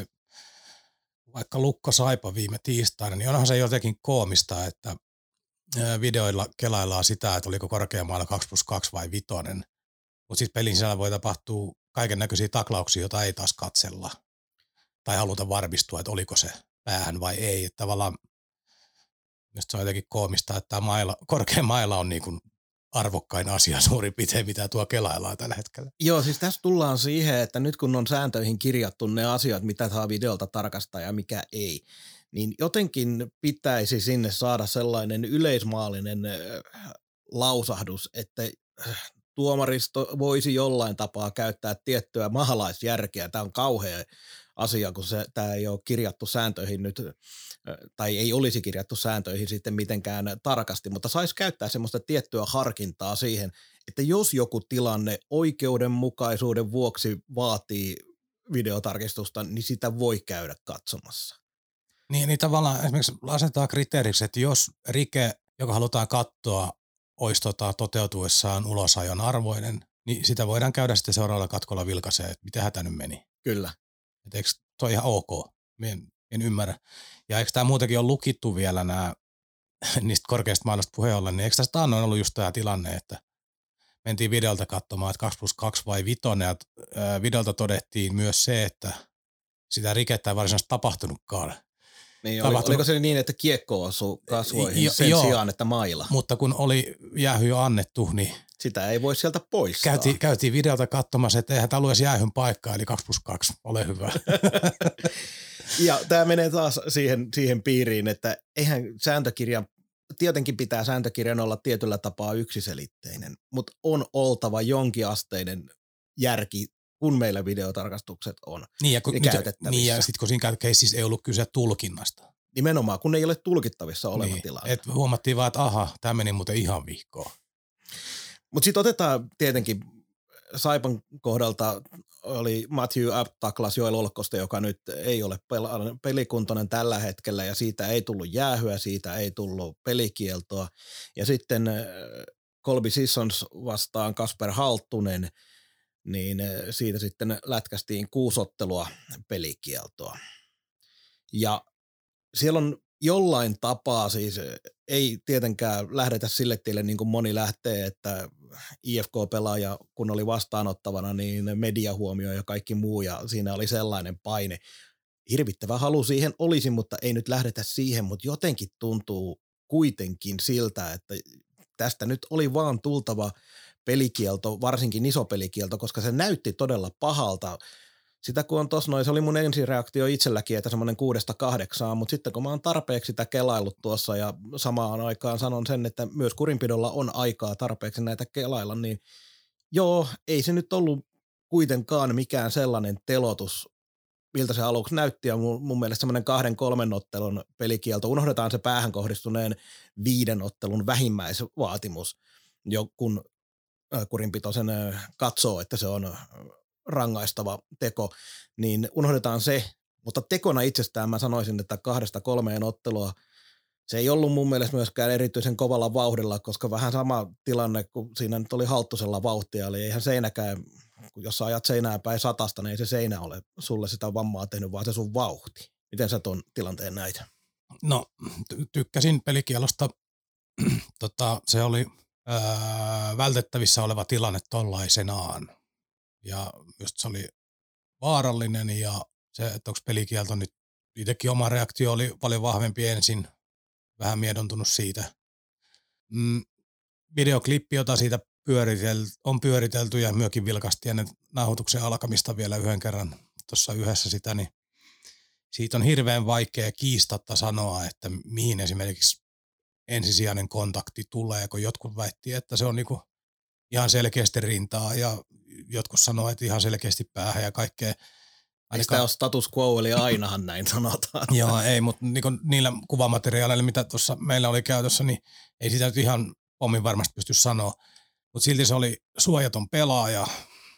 vaikka Lukko Saipa viime tiistaina, niin onhan se jotenkin koomista, että videoilla kelaillaan sitä, että oliko korkeammalla kaksi plus kaksi vai vitonen, mutta sitten pelin sisällä voi tapahtua kaiken näköisiä taklauksia, joita ei taas katsella tai haluta varmistua, että oliko se päähän vai ei. Että tavallaan se on jotenkin koomista, että tämä maila, korkea maila on niin kuin arvokkain asia suurin piirtein, mitä tuo kelaillaan tällä hetkellä.
Joo, siis tässä tullaan siihen, että nyt kun on sääntöihin kirjattu ne asiat, mitä saa videolta tarkastaa ja mikä ei, niin jotenkin pitäisi sinne saada sellainen yleismaallinen lausahdus, että tuomaristo voisi jollain tapaa käyttää tiettyä maalaisjärkeä. Tämä on kauhea asia, kun se, tämä ei ole kirjattu sääntöihin nyt, tai ei olisi kirjattu sääntöihin sitten mitenkään tarkasti, mutta saisi käyttää semmoista tiettyä harkintaa siihen, että jos joku tilanne oikeudenmukaisuuden vuoksi vaatii videotarkistusta, niin sitä voi käydä katsomassa.
Niin, niin tavallaan esimerkiksi asetetaan kriteeriksi, että jos rike, joka halutaan katsoa, olisi tota toteutuessaan ulosajon arvoinen, niin sitä voidaan käydä sitten seuraavalla katkolla vilkaisee, että mitenhän tämä nyt meni.
Kyllä.
Että eikö toi ihan ok? En, en ymmärrä. Ja eikö tämä muutenkin ole lukittu vielä nämä niistä korkeista maailmasta puheen ollen, niin eikö tästä on ollut just tämä tilanne, että mentiin videolta katsomaan, että kaksi plus kaksi vai vitonen, ja ää, videolta todettiin myös se, että sitä rikettä ei varsinaisesti tapahtunutkaan.
Niin, oli, oliko se niin, että kiekko osui kasvoihin jo, sen joo, sijaan, että maila?
Mutta kun oli jäähy jo annettu, niin
sitä ei voi sieltä poistaa.
Käytiin, käytiin videolta katsomassa, että eihän tämä ollut edes jäähyn paikkaa, eli kaksi plus kaksi, ole hyvä.
Ja tämä menee taas siihen, siihen piiriin, että eihän sääntökirjan, tietenkin pitää sääntökirjan olla tietyllä tapaa yksiselitteinen, mutta on oltava jonkinasteinen järki, kun meillä videotarkastukset on
niin ja, kun,
ja
käytettävissä. Niin ja sitten kun siinä keississä ei ollut kyse tulkinnasta.
Nimenomaan, kun ei ole tulkittavissa oleva
niin,
tilanne.
Et huomattiin vaan, että aha, tämä meni muuten ihan vihkoon.
Mutta sitten otetaan tietenkin Saipan kohdalta oli Matthew Abt taklas Joel Olkkosta, joka nyt ei ole pelikuntoinen tällä hetkellä, ja siitä ei tullut jäähyä, siitä ei tullut pelikieltoa. Ja sitten Colby Sissons vastaan Kasper Halttunen, niin siitä sitten lätkästiin kuusottelua pelikieltoa. Ja siellä on jollain tapaa siis, ei tietenkään lähdetä sille tielle niin kuin moni lähtee, että I F K-pelaaja kun oli vastaanottavana, niin mediahuomio ja kaikki muu, ja siinä oli sellainen paine. Hirvittävä halu siihen olisi, mutta ei nyt lähdetä siihen, mutta jotenkin tuntuu kuitenkin siltä, että tästä nyt oli vaan tultava pelikielto, varsinkin iso pelikielto, koska se näytti todella pahalta. Sitä kun on tossa noin, se oli mun ensireaktio itselläkin, että semmoinen kuudesta kahdeksaan, mutta sitten kun mä oon tarpeeksi sitä kelaillut tuossa ja samaan aikaan sanon sen, että myös kurinpidolla on aikaa tarpeeksi näitä kelailla, niin joo, ei se nyt ollut kuitenkaan mikään sellainen telotus, miltä se aluksi näytti, ja mun, mun mielestä semmoinen kahden kolmen ottelun pelikielto, unohdetaan se päähän kohdistuneen viiden ottelun vähimmäisvaatimus, jo kun kurinpito sen katsoo, että se on rangaistava teko, niin unohdetaan se, mutta tekona itsestään mä sanoisin, että kahdesta kolmeen ottelua se ei ollut mun mielestä myöskään erityisen kovalla vauhdilla, koska vähän sama tilanne, kun siinä nyt oli Halttusella vauhtia, eli eihän seinäkään, jos sä ajat seinää päin satasta, niin ei se seinä ole sulle sitä vammaa tehnyt, vaan se sun vauhti. Miten sä ton tilanteen näit?
No ty- tykkäsin pelikielosta. tota, se oli ää, vältettävissä oleva tilanne tollaisenaan. Ja just se oli vaarallinen ja se, että onko pelikielto nyt, itsekin oma reaktio oli paljon vahvempi ensin, vähän miedontunut siitä. Mm, videoklippi, jota siitä pyöritel, on pyöritelty ja myöskin vilkasti ennen nauhoituksen alkamista vielä yhden kerran tuossa yhdessä sitä, niin siitä on hirveän vaikea kiistatta sanoa, että mihin esimerkiksi ensisijainen kontakti tulee, kun jotkut väitti, että se on niinku ihan selkeästi rintaa ja jotkut sanoo, että ihan selkeästi päähän ja kaikkea.
Ei sitä ole status quo, eli ainahan näin sanotaan.
Joo, ei, mutta niinku niillä kuvamateriaaleilla, mitä tuossa meillä oli käytössä, niin ei sitä nyt ihan pommin varmasti pysty sanoa. Mutta silti se oli suojaton pelaaja,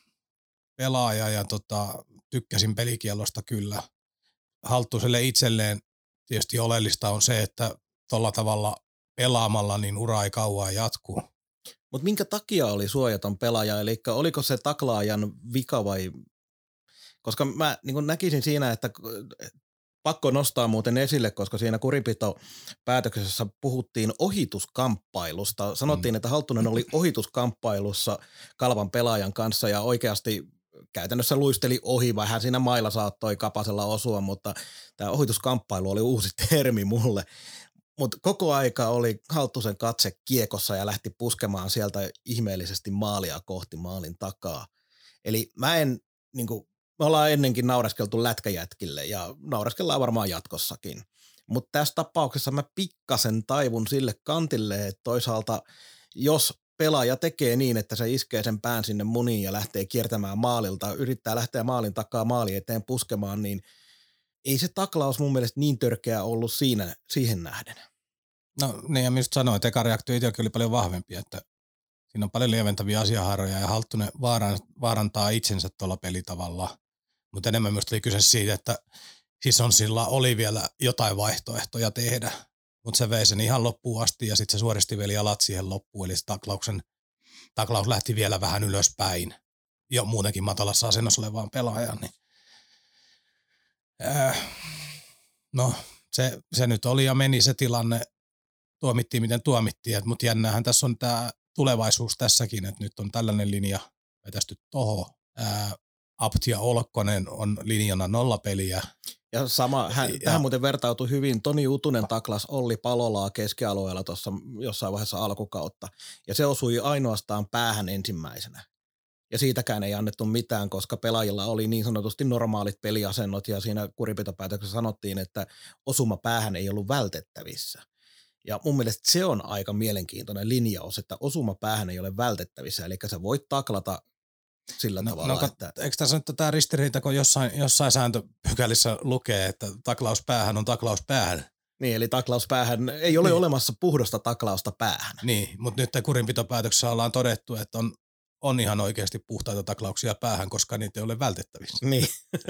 pelaaja ja tota, tykkäsin pelikielosta kyllä. Halttuselle itselleen tietysti oleellista on se, että tuolla tavalla pelaamalla niin ura ei kauan jatkuu.
Mutta minkä takia oli suojaton pelaaja, eli oliko se taklaajan vika vai, koska mä niin näkisin siinä, että pakko nostaa muuten esille, koska siinä kurinpitopäätöksessä puhuttiin ohituskamppailusta. Sanottiin, mm. että Halttunen oli ohituskamppailussa Kalvan pelaajan kanssa ja oikeasti käytännössä luisteli ohi, vähän siinä mailla saattoi Kapasella osua, mutta tämä ohituskamppailu oli uusi termi mulle. Mutta koko aika oli Halttusen katse kiekossa ja lähti puskemaan sieltä ihmeellisesti maalia kohti maalin takaa. Eli mä en, niin kuin, me ollaan ennenkin naureskeltu lätkäjätkille ja naureskellaan varmaan jatkossakin. Mutta tässä tapauksessa mä pikkasen taivun sille kantille, että toisaalta jos pelaaja tekee niin, että se iskee sen pään sinne muniin ja lähtee kiertämään maalilta, yrittää lähteä maalin takaa maali eteen puskemaan, niin ei se taklaus mun mielestä niin törkeä ollut siinä, siihen nähden.
No niin, ja mistä sanoin, että eka reaktio itsekin oli paljon vahvempi, että siinä on paljon lieventäviä asiahaaroja ja Halttunen vaarantaa itsensä tuolla pelitavalla, mutta enemmän myös oli kyse siitä, että Sissonsilla oli vielä jotain vaihtoehtoja tehdä, mutta se vei sen ihan loppuun asti ja sitten se suoristi vielä jalat siihen loppuun, eli se taklauksen, taklaus lähti vielä vähän ylöspäin jo muutenkin matalassa asennossa olevaan pelaajaan, niin Äh, no se, se nyt oli ja meni se tilanne, tuomittiin miten tuomittiin, mutta jännähän tässä on tämä tulevaisuus tässäkin, että nyt on tällainen linja vetästy tohon. Äh, Apt ja Olkkonen on linjana nollapeliä.
Ja sama, hän, ja, tähän muuten vertautui hyvin, Toni Utunen taklas Olli Palolaa keskialueella tuossa jossain vaiheessa alkukautta, ja se osui ainoastaan päähän ensimmäisenä. Ja siitäkään ei annettu mitään, koska pelaajilla oli niin sanotusti normaalit peliasennot ja siinä kurinpitopäätöksessä sanottiin, että osuma päähän ei ollut vältettävissä. Ja mun mielestä se on aika mielenkiintoinen linjaus, että osuma päähän ei ole vältettävissä, eli sä voit taklata sillä no, tavalla. No, että
eikö tässä nyt tämä ristiriita, kun jossain, jossain sääntöpykälissä lukee, että taklaus päähän on taklaus päähän?
Niin, eli taklaus päähän, ei ole niin olemassa puhdasta taklausta päähän.
Niin, mutta nyt kurinpitopäätöksessä ollaan todettu, että on on ihan oikeasti puhtaita taklauksia päähän, koska niitä ei ole vältettävissä.
Niin.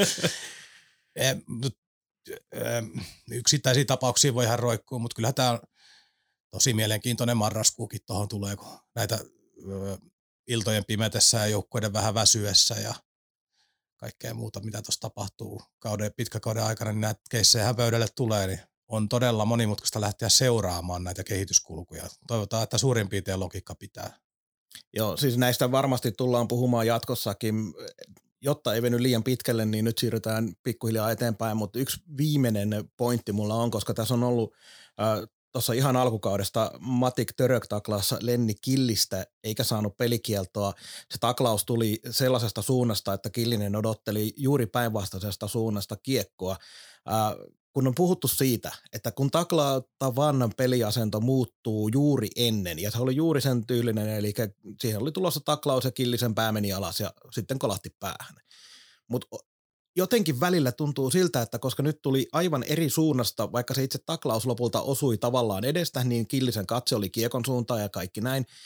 Yksittäisiä tapauksia voi ihan roikkua, mutta kyllähän tämä on tosi mielenkiintoinen marraskuukin tuohon tulee, kun näitä iltojen pimetessä ja joukkueiden vähän väsyessä ja kaikkea muuta, mitä tuossa tapahtuu kauden, pitkäkauden aikana, niin näitä keissejähän pöydälle tulee, niin on todella monimutkaista lähteä seuraamaan näitä kehityskulkuja. Toivotaan, että suurin piirtein logiikka pitää.
Joo, siis näistä varmasti tullaan puhumaan jatkossakin, jotta ei veny liian pitkälle, niin nyt siirrytään pikkuhiljaa eteenpäin, mutta yksi viimeinen pointti mulla on, koska tässä on ollut äh, tuossa ihan alkukaudesta Matik Török taklasi Lenni Killistä eikä saanut pelikieltoa. Se taklaus tuli sellaisesta suunnasta, että Killinen odotteli juuri päinvastaisesta suunnasta kiekkoa. Äh, kun on puhuttu siitä, että kun taklaatavan peliasento muuttuu juuri ennen, ja se oli juuri sen tyylinen, eli siihen oli tulossa taklaus ja Killisen pää meni alas ja sitten kolahti päähän. Mutta jotenkin välillä tuntuu siltä, että koska nyt tuli aivan eri suunnasta, vaikka se itse taklaus lopulta osui tavallaan edestä, niin Killisen katse oli kiekon suuntaan ja kaikki näin,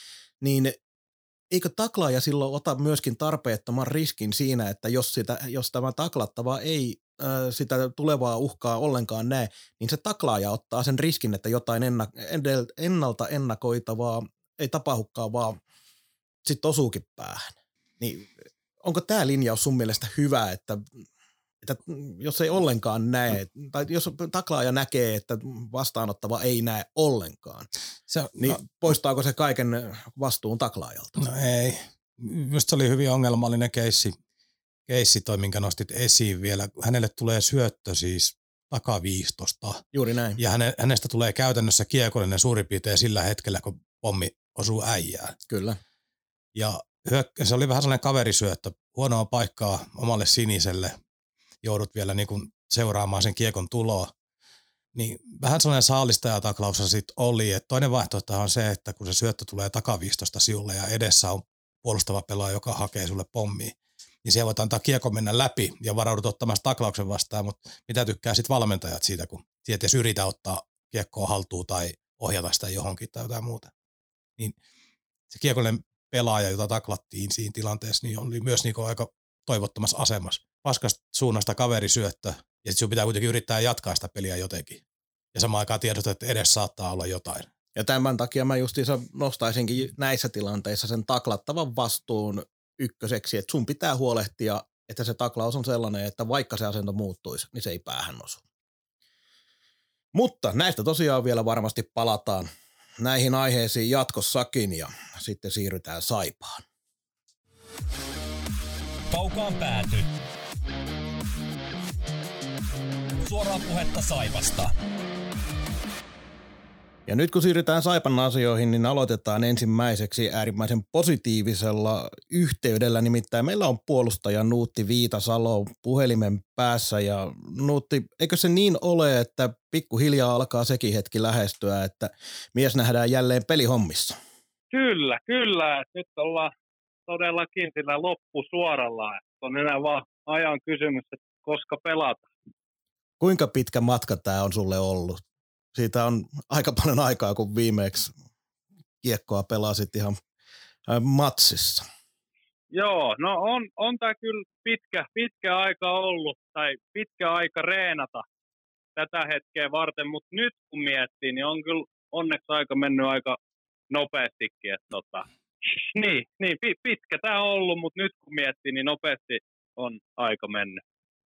niin eikö taklaaja silloin ota myöskin tarpeettoman riskin siinä, että jos, sitä, jos tämä taklattava ei äh, sitä tulevaa uhkaa ollenkaan näe, niin se taklaaja ottaa sen riskin, että jotain enna, ennalta ennakoitavaa ei tapahdukaan, vaan sitten osuukin päähän. Niin onko tämä linjaus sun mielestä hyvä, että, että jos ei ollenkaan näe, tai jos taklaaja näkee, että vastaanottava ei näe ollenkaan, se, niin no, poistaako se kaiken vastuun taklaajalta?
No ei. Just se oli hyvin ongelmallinen keissi, keissi toi, minkä nostit esiin vielä. Hänelle tulee syöttö siis takaviistosta.
Juuri näin.
Ja häne, hänestä tulee käytännössä kiekollinen suurin piirtein sillä hetkellä, kun pommi osuu äijään.
Kyllä.
Ja hyökkä, se oli vähän sellainen kaverisyöttö, huonoa paikkaa omalle siniselle, joudut vielä niin kuin seuraamaan sen kiekon tuloa. Niin vähän sellainen saalistajataklaus sitten oli, että toinen vaihtoehto on se, että kun se syöttö tulee takaviistosta sinulle ja edessä on puolustava pelaaja, joka hakee sulle pommiin, niin siellä voit antaa kiekon mennä läpi ja varaudut ottamaan taklauksen vastaan, mutta mitä tykkää sitten valmentajat siitä, kun sieltä jos yritä ottaa kiekkoa haltuun tai ohjata sitä johonkin tai jotain muuta. Niin se kiekollinen pelaaja, jota taklattiin siinä tilanteessa, niin oli myös niinku aika toivottomassa asemassa. Paskasta suunnasta kaverisyöttö, ja sitten sinun pitää kuitenkin yrittää jatkaa sitä peliä jotenkin. Ja samaan aikaan tiedostaa, että edes saattaa olla jotain.
Ja tämän takia mä justiinsa nostaisinkin näissä tilanteissa sen taklattavan vastuun ykköseksi, että sun pitää huolehtia, että se taklaus on sellainen, että vaikka se asento muuttuisi, niin se ei päähän osu. Mutta näistä tosiaan vielä varmasti palataan näihin aiheisiin jatkossakin ja sitten siirrytään Saipaan.
Kaukaan pääty. Suoraa puhetta Saipasta.
Ja nyt kun siirrytään Saipan asioihin, niin aloitetaan ensimmäiseksi äärimmäisen positiivisella yhteydellä. Nimittäin meillä on puolustaja Nuutti Viitasalo puhelimen päässä. Ja Nuutti, eikö se niin ole, että pikkuhiljaa alkaa sekin hetki lähestyä, että mies nähdään jälleen pelihommissa?
Kyllä, kyllä. Että nyt ollaan todellakin sillä loppusuoralla. Että on enää vaan ajan kysymys, että koska pelataan.
Kuinka pitkä matka tämä on sulle ollut? Siitä on aika paljon aikaa, kun viimeksi kiekkoa pelasit ihan matsissa.
Joo, no on, on tämä kyllä pitkä, pitkä aika ollut, tai pitkä aika reenata tätä hetkeä varten, mutta nyt kun miettii, niin on kyllä onneksi aika mennyt aika nopeastikin. Että tota, niin, niin, pitkä tämä on ollut, mutta nyt kun miettii, niin nopeasti on aika mennyt.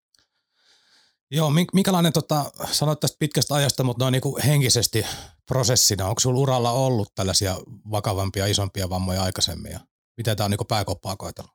Joo, minkälainen, tota, sanoit tästä pitkästä ajasta, mutta noin niin kuin henkisesti prosessina, onko sinulla uralla ollut tällaisia vakavampia, isompia vammoja aikaisemmin? Ja miten tämä on niin kuin pääkoppaa koetellut?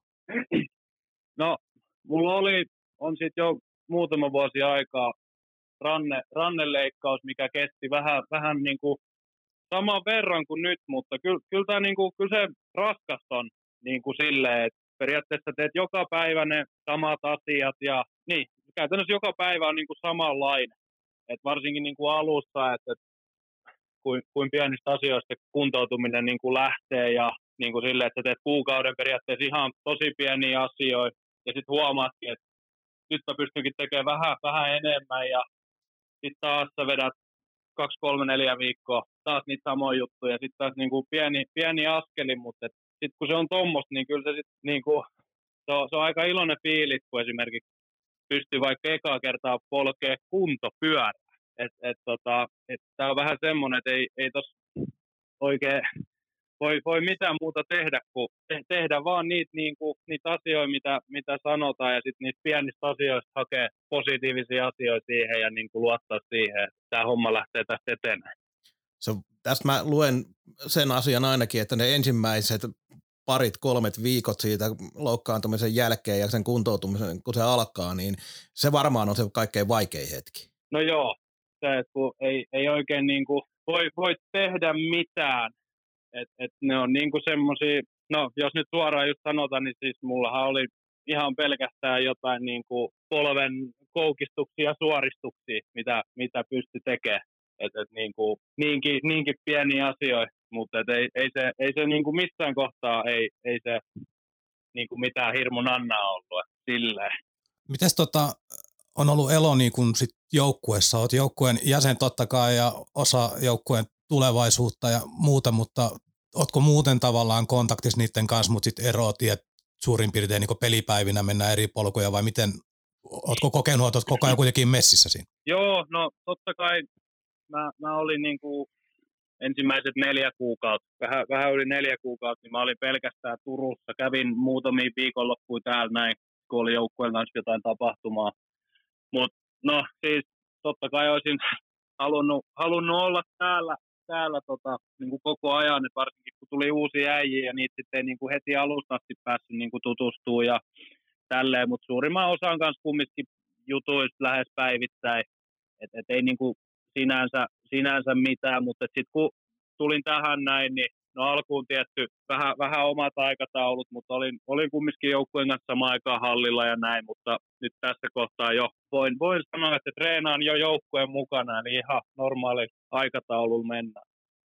No, mulla oli, on sitten jo muutama vuosi aikaa ranne, ranneleikkaus, mikä kesti vähän, vähän niin kuin saman verran kuin nyt, mutta kyllä, kyllä, tämä niin kuin, kyllä se raskas on niin kuin silleen, että periaatteessa teet joka päivä ne samat asiat ja niin, käytännössä joka päivä on niin kuin samanlainen. Et varsinkin niin kuin alussa, että et, kuin, kuin pienistä asioista kuntoutuminen niin kuin lähtee ja niin kuin sille, että teet kuukauden periaatteessa ihan tosi pieniä asioita ja sitten huomaatkin, että nyt mä pystynkin tekemään vähän, vähän enemmän ja sitten taas sä vedät kaksi, kolme, neljä viikkoa taas niitä samoja juttuja ja sitten taas niin kuin pieni, pieni askeli, mutta sitten kun se on tommoista, niin kyllä se sitten niin kuin, se on, se on aika iloinen fiilis, kun esimerkiksi pystyy vaikka ekaa kertaa polkea kuntopyörää. Et, et, tota, et tää on vähän semmoinen, että ei, ei tossa oikein voi, voi mitään muuta tehdä, kuin te, tehdä vaan niitä, niinku, niitä asioita, mitä, mitä sanotaan, ja sitten niistä pienistä asioista hakee positiivisia asioita siihen ja niinku luottaa siihen, että tämä homma lähtee tästä eteneen.
So, tästä mä luen sen asian ainakin, että ne ensimmäiset parit, kolmet viikot siitä loukkaantumisen jälkeen ja sen kuntoutumisen, kun se alkaa, niin se varmaan on se kaikkein vaikein hetki.
No joo, se, että kun ei, ei oikein niin kuin voi, voi tehdä mitään. Et, et ne on niin kuin semmosia, no jos nyt suoraan just sanotaan, niin siis mullahan oli ihan pelkästään jotain niin kuin polven koukistuksia ja suoristuksia, mitä, mitä pystyi tekemään. Et, et niin kuin, niinkin, niinkin pieniä asioita. Mutta ei, ei se, ei se niinku missään kohtaa ei, ei se niinku mitään hirmun annaa ollut silleen.
Mites tota, on ollut elo niin kun sit joukkueessa? Olet joukkueen jäsen totta kai ja osa joukkueen tulevaisuutta ja muuta, mutta ootko muuten tavallaan kontaktissa niiden kanssa, mutta sitten eroot, että suurin piirtein niin pelipäivinä mennään eri polkuja, vai miten, ootko kokenut, että oot koko ajan kuitenkin messissä siinä?
Joo, no totta kai mä, mä olin niin kuin ensimmäiset neljä kuukautta, vähän, vähän yli neljä kuukautta, niin mä olin pelkästään Turussa. Kävin muutamia viikonloppuja täällä näin, kun oli joukkueen kanssa jotain tapahtumaa. Mutta no siis totta kai olisin halunnut, halunnut olla täällä, täällä tota, niin kuin koko ajan, että varsinkin kun tuli uusia äijiä ja niitä sitten niin kuin heti alusta asti päässyt niin kuin tutustumaan ja tälleen, mutta suurimman osan kanssa kumminkin jutuista lähes päivittäin, että et ei niin kuin sinänsä, sinänsä mitään, mutta sitten kun tulin tähän näin, niin no alkuun tietty vähän, vähän omat aikataulut, mutta olin, olin kumminkin joukkueen kanssa samaan aikaan hallilla ja näin, mutta nyt tässä kohtaa jo voin, voin sanoa, että treenaan jo joukkueen mukana, eli ihan normaali aikataululla mennään.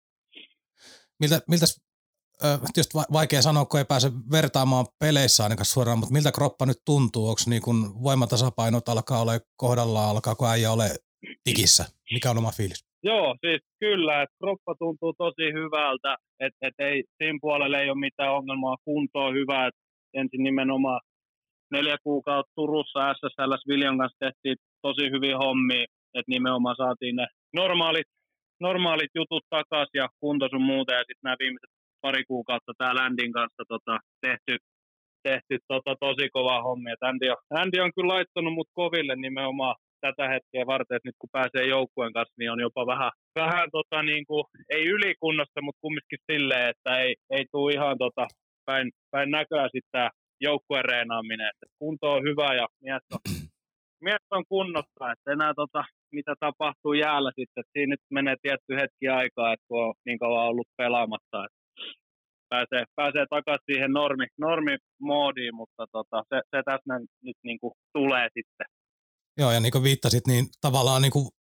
Miltä, miltä tietysti vaikea sanoa, kun ei pääse vertaamaan peleissä ainakaan suoraan, mutta miltä kroppa nyt tuntuu? Onko niin kun voimatasapainot alkaa olla kohdallaan, alkaako äijä ole tikissä? Mikä on oma fiilis?
Joo, siis kyllä, että kroppa tuntuu tosi hyvältä, että et ei, siinä puolella ei ole mitään ongelmaa, kunto on hyvä, että ensin nimenomaan neljä kuukautta Turussa S S L:ssä Viljon kanssa tehtiin tosi hyviä hommia, että nimenomaan saatiin ne normaalit, normaalit jutut takaisin ja kunto sun muuta, ja sitten nämä viimeiset pari kuukautta tää Landin kanssa tota, tehty, tehty tota, tosi kovaa hommia. Andy on, Andy on kyllä laittanut mut koville nimenomaan tätä hetkeä varten, että nyt kun pääsee joukkueen kanssa, niin on jopa vähän, vähän tota, niin kuin, ei ylikunnossa, mutta kumminkin silleen, että ei, ei tule ihan tota, päin, päin näköä sitten tämä joukkueen reenaaminen. Että kunto on hyvä ja mies on, mies on kunnossa, että enää tota, mitä tapahtuu jäällä sitten, että siinä nyt menee tietty hetki aikaa, että kun on niin kauan ollut pelaamatta, että pääsee, pääsee takaisin siihen normi, normimoodiin, mutta tota, se, se tässä nyt niin kuin tulee sitten.
Joo, ja niin kuin viittasit, niin tavallaan niin kuin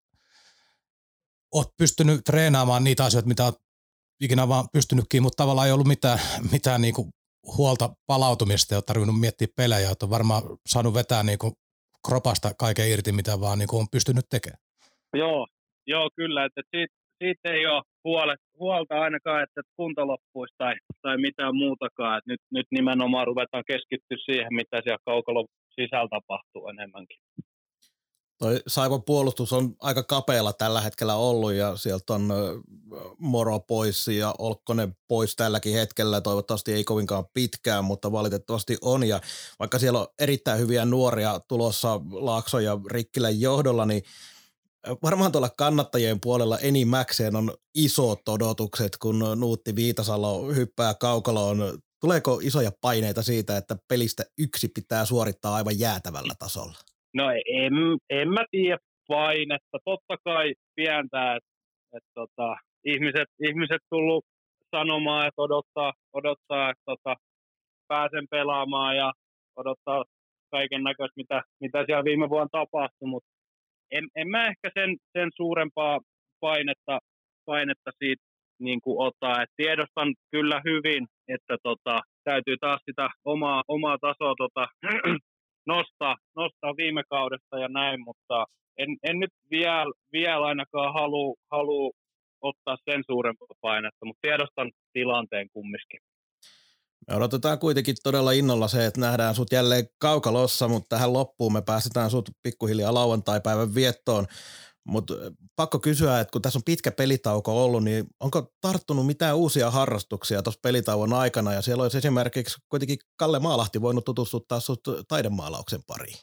oot pystynyt treenaamaan niitä asioita, mitä oot ikinä vaan pystynytkin, mutta tavallaan ei ollut mitään, mitään niin kuin huolta palautumista, ei ole tarvinnut miettiä pelejä, että on varmaan saanut vetää niin kuin kropasta kaiken irti, mitä vaan niin kuin on pystynyt tekemään.
Joo, joo kyllä, että siitä, siitä ei ole huolet, huolta ainakaan, että kunto loppuisi tai, tai mitään muutakaan, että nyt, nyt nimenomaan ruvetaan keskittyä siihen, mitä siellä kaukalon sisällä tapahtuu enemmänkin.
Toi Saivon puolustus on aika kapealla tällä hetkellä ollut ja sieltä on Moro pois ja Olkkonen pois tälläkin hetkellä. Toivottavasti ei kovinkaan pitkään, mutta valitettavasti on. Ja vaikka siellä on erittäin hyviä nuoria tulossa Laakso ja Rikkilän johdolla, niin varmaan tuolla kannattajien puolella enimmäkseen on isot odotukset, kun Nuutti Viitasalo hyppää kaukaloon. Tuleeko isoja paineita siitä, että pelistä yksi pitää suorittaa aivan jäätävällä tasolla? No
en, en mä tiedä painetta. Totta kai pientää, että et, tota, ihmiset, ihmiset tullut sanomaan, että odottaa, odottaa että tota, pääsen pelaamaan ja odottaa kaiken näköistä, mitä, mitä siellä viime vuonna tapahtui, mutta en, en mä ehkä sen, sen suurempaa painetta, painetta siitä niin kuin ota. Et tiedostan kyllä hyvin, että tota, täytyy taas sitä omaa, omaa tasoa tota, nostaa, nostaa viime kaudesta ja näin, mutta en, en nyt vielä, vielä ainakaan halua halu ottaa sen suurempaa painetta, mutta tiedostan tilanteen kumminkin.
Me odotetaan kuitenkin todella innolla se, että nähdään sut jälleen kaukalossa, mutta tähän loppuun me päästetään sut pikkuhiljaa lauantai-päivän viettoon. Mutta pakko kysyä, että kun tässä on pitkä pelitauko ollut, niin onko tarttunut mitään uusia harrastuksia tuossa pelitauon aikana? Ja siellä olisi esimerkiksi kuitenkin Kalle Maalahti voinut tutustuttaa sut taidemaalauksen pariin.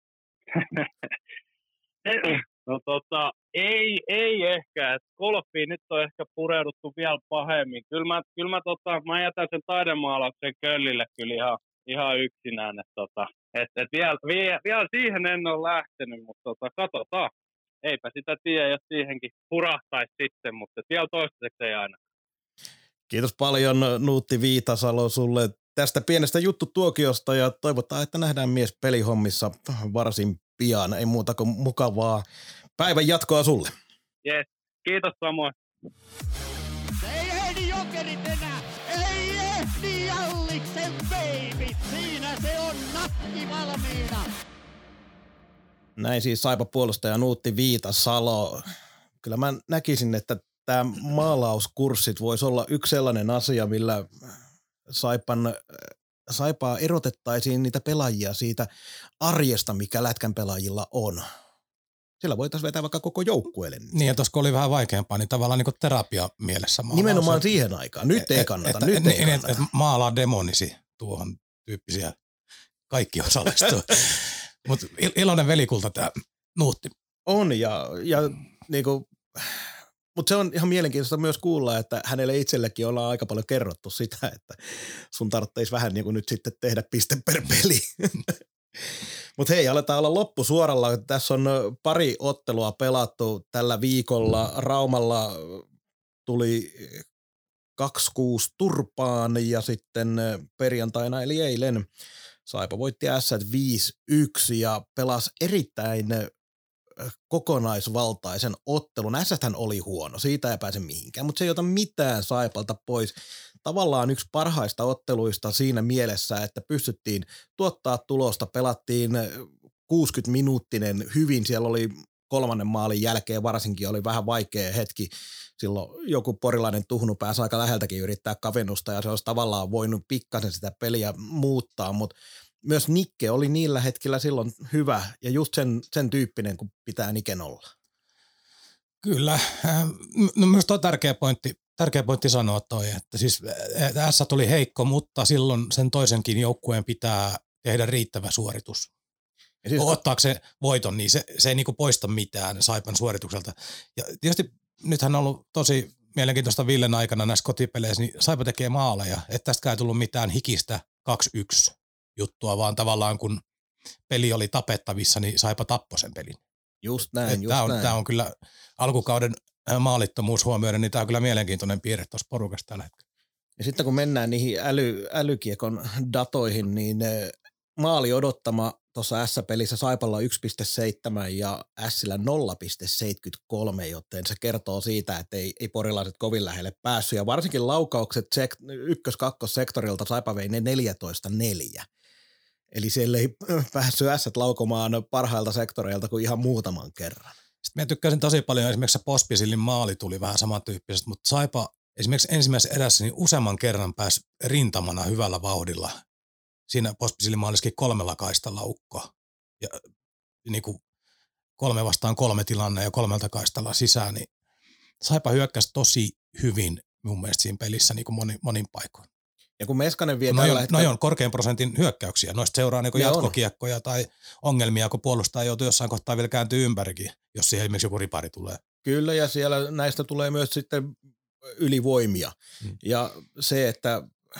No tota, ei, ei ehkä. Et golfiin nyt on ehkä pureuduttu vielä pahemmin. Kyllä mä, kyllä mä, tota, mä jätän sen taidemaalauksen köllille kyllä ihan, ihan yksinään. Et tota, et, et vielä, vielä, vielä siihen en ole lähtenyt, mutta tota, katsotaan. Eipä sitä tiedä, jos siihenkin hurahtaisi sitten, mutta vielä toistaiseksi ei aina.
Kiitos paljon Nuutti Viitasalo sulle tästä pienestä juttutuokiosta ja toivotaan, että nähdään mies pelihommissa varsin pian. Ei muuta kuin mukavaa päivän jatkoa sulle.
Jes, kiitos samoin.
Ei ehdi Jokerit enää, ei ehdi Jalliksen veivit, siinä se on nakki valmiina.
Näin siis Saipa puolustaja Nuutti Viitasalo. Kyllä mä näkisin, että tämä maalauskurssit voisi olla yksi sellainen asia, millä Saipan, Saipaa erotettaisiin niitä pelaajia siitä arjesta, mikä lätkän pelaajilla on. Sillä voitaisiin vetää vaikka koko joukkueelle.
Niin, ja tuossa kun oli vähän vaikeampaa, niin tavallaan niin terapia mielessä maalaus.
Nimenomaan siihen aikaan. Nyt ei kannata.
Että,
nyt
et,
ei kannata.
Et, et maalaa demonisi tuohon tyyppisiä. Kaikki osallistuu. Mutta iloinen velikulta tämä Nuutti.
On, ja, ja niinku, mutta se on ihan mielenkiintoista myös kuulla, että hänelle itsellekin ollaan aika paljon kerrottu sitä, että sun tarvitsisi vähän niin kuin nyt sitten tehdä piste per peli. Mutta hei, aletaan olla loppusuoralla. Tässä on pari ottelua pelattu tällä viikolla. Raumalla tuli kaksi kuusi turpaan ja sitten perjantaina eli eilen Saipa voitti Ässät viisi yksi ja pelasi erittäin kokonaisvaltaisen ottelun. Ässäthän oli huono, siitä ei pääse mihinkään, mutta se ei ota mitään Saipalta pois. Tavallaan yksi parhaista otteluista siinä mielessä, että pystyttiin tuottaa tulosta, pelattiin kuusikymmentä-minuuttinen hyvin, siellä oli kolmannen maalin jälkeen varsinkin oli vähän vaikea hetki, silloin joku porilainen tuhnu pääsi aika läheltäkin yrittää kavennusta ja se olisi tavallaan voinut pikkasen sitä peliä muuttaa, mutta myös Nikke oli niillä hetkillä silloin hyvä ja just sen, sen tyyppinen, kun pitää Niken olla.
Kyllä. No myös tuo tärkeä pointti, tärkeä pointti sanoa toi, että siis S tuli heikko, mutta silloin sen toisenkin joukkueen pitää tehdä riittävä suoritus. Ja siis ottaako se voiton, niin se, se ei niinku poista mitään Saipan suoritukselta. Ja tietysti nythän on ollut tosi mielenkiintoista Villen aikana näissä kotipeleissä, niin Saipa tekee maaleja, että tästäkään ei tullut mitään hikistä kaksi yksi juttua, vaan tavallaan kun peli oli tapettavissa, niin Saipa tappoi sen pelin.
Just näin, just
tämä on,
näin.
Tämä on kyllä alkukauden maalittomuus huomioiden, niin tämä on kyllä mielenkiintoinen piirre tuossa porukassa tällä hetkellä.
Ja sitten kun mennään niihin äly, älykiekon datoihin, niin maali odottama tuossa S-pelissä Saipalla yksi pilkku seitsemän ja Sillä nolla pilkku seitsemänkymmentäkolme, joten se kertoo siitä, että ei, ei porilaiset kovin lähelle päässyt. Ja varsinkin laukaukset sek- ykkös-kakkossektorilta Saipa vei ne neljätoista neljä. Eli siellä ei päässyt Ässät laukomaan parhailta sektoreilta kuin ihan muutaman kerran.
Sitten mä tykkäsin tosi paljon, esimerkiksi Pospisilin maali tuli vähän samantyyppisestä, mutta Saipa esimerkiksi ensimmäisessä erässä niin useamman kerran pääsi rintamana hyvällä vauhdilla. Siinä Pospisilin maaliskin kolmella kaistalla ukkoa. Ja niin kuin kolme vastaan kolme tilanne ja kolmelta kaistalla sisään, niin Saipa hyökkäsi tosi hyvin mun mielestä siinä pelissä niin kuin monin, monin paikoin.
Ja kun Meskanen vie
no
tällä
on,
hetkellä...
no on korkean prosentin hyökkäyksiä. Noista seuraa niin jatkokiekkoja on. Tai ongelmia, kun puolustaja joutuu jossain kohtaa vielä kääntyä ympärikin, jos siihen esimerkiksi joku ripari tulee.
Kyllä, ja siellä näistä tulee myös sitten ylivoimia. Hmm. Ja se, että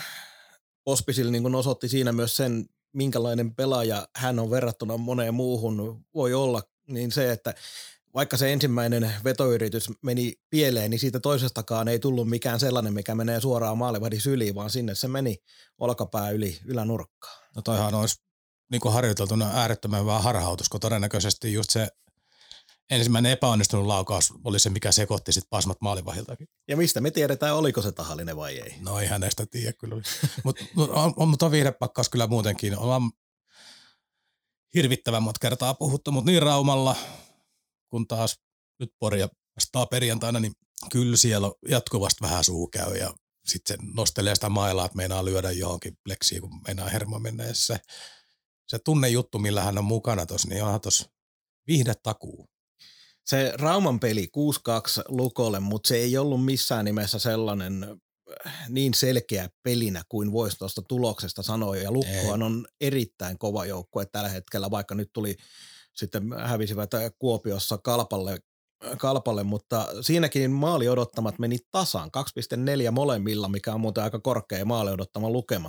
Pospisil niin osoitti siinä myös sen, minkälainen pelaaja hän on verrattuna moneen muuhun voi olla, niin se, että vaikka se ensimmäinen vetoyritys meni pieleen, niin siitä toisestakaan ei tullut mikään sellainen, mikä menee suoraan maalivahdin syliin, vaan sinne se meni olkapää yli ylänurkkaan.
No toihan olisi niin kuin harjoiteltuna äärettömän hyvä harhautus, kun todennäköisesti just se ensimmäinen epäonnistunut laukaus oli se, mikä sekoitti sitten pasmat maalivahdiltakin.
Ja mistä me tiedetään, oliko se tahallinen vai ei?
No ei hänestä tiedä kyllä. Mutta on, mut on viihdepakkaus kyllä muutenkin. Ollaan hirvittävän monta kertaa puhuttu, mutta niin Raumalla, kun taas nyt Poria vastaa perjantaina, niin kyllä siellä jatkuvasti vähän suu käy ja sitten se nostelee sitä mailaa, että meinaa lyödä johonkin pleksiin, kun meinaa hermo mennä. Ja se, se tunnejuttu, millä hän on mukana tuossa, niin onhan tuossa viihdetakuu.
Se Rauman peli kuusi kaksi Lukolle, mutta se ei ollut missään nimessä sellainen niin selkeä pelinä kuin voisi tuosta tuloksesta sanoa. Ja Lukkohan on erittäin kova joukkue tällä hetkellä, vaikka nyt tuli sitten hävisivät Kuopiossa Kalpalle, Kalpalle, mutta siinäkin maali odottamat meni tasan, kaksi pilkku neljä molemmilla, mikä on muuten aika korkea maali odottama lukema.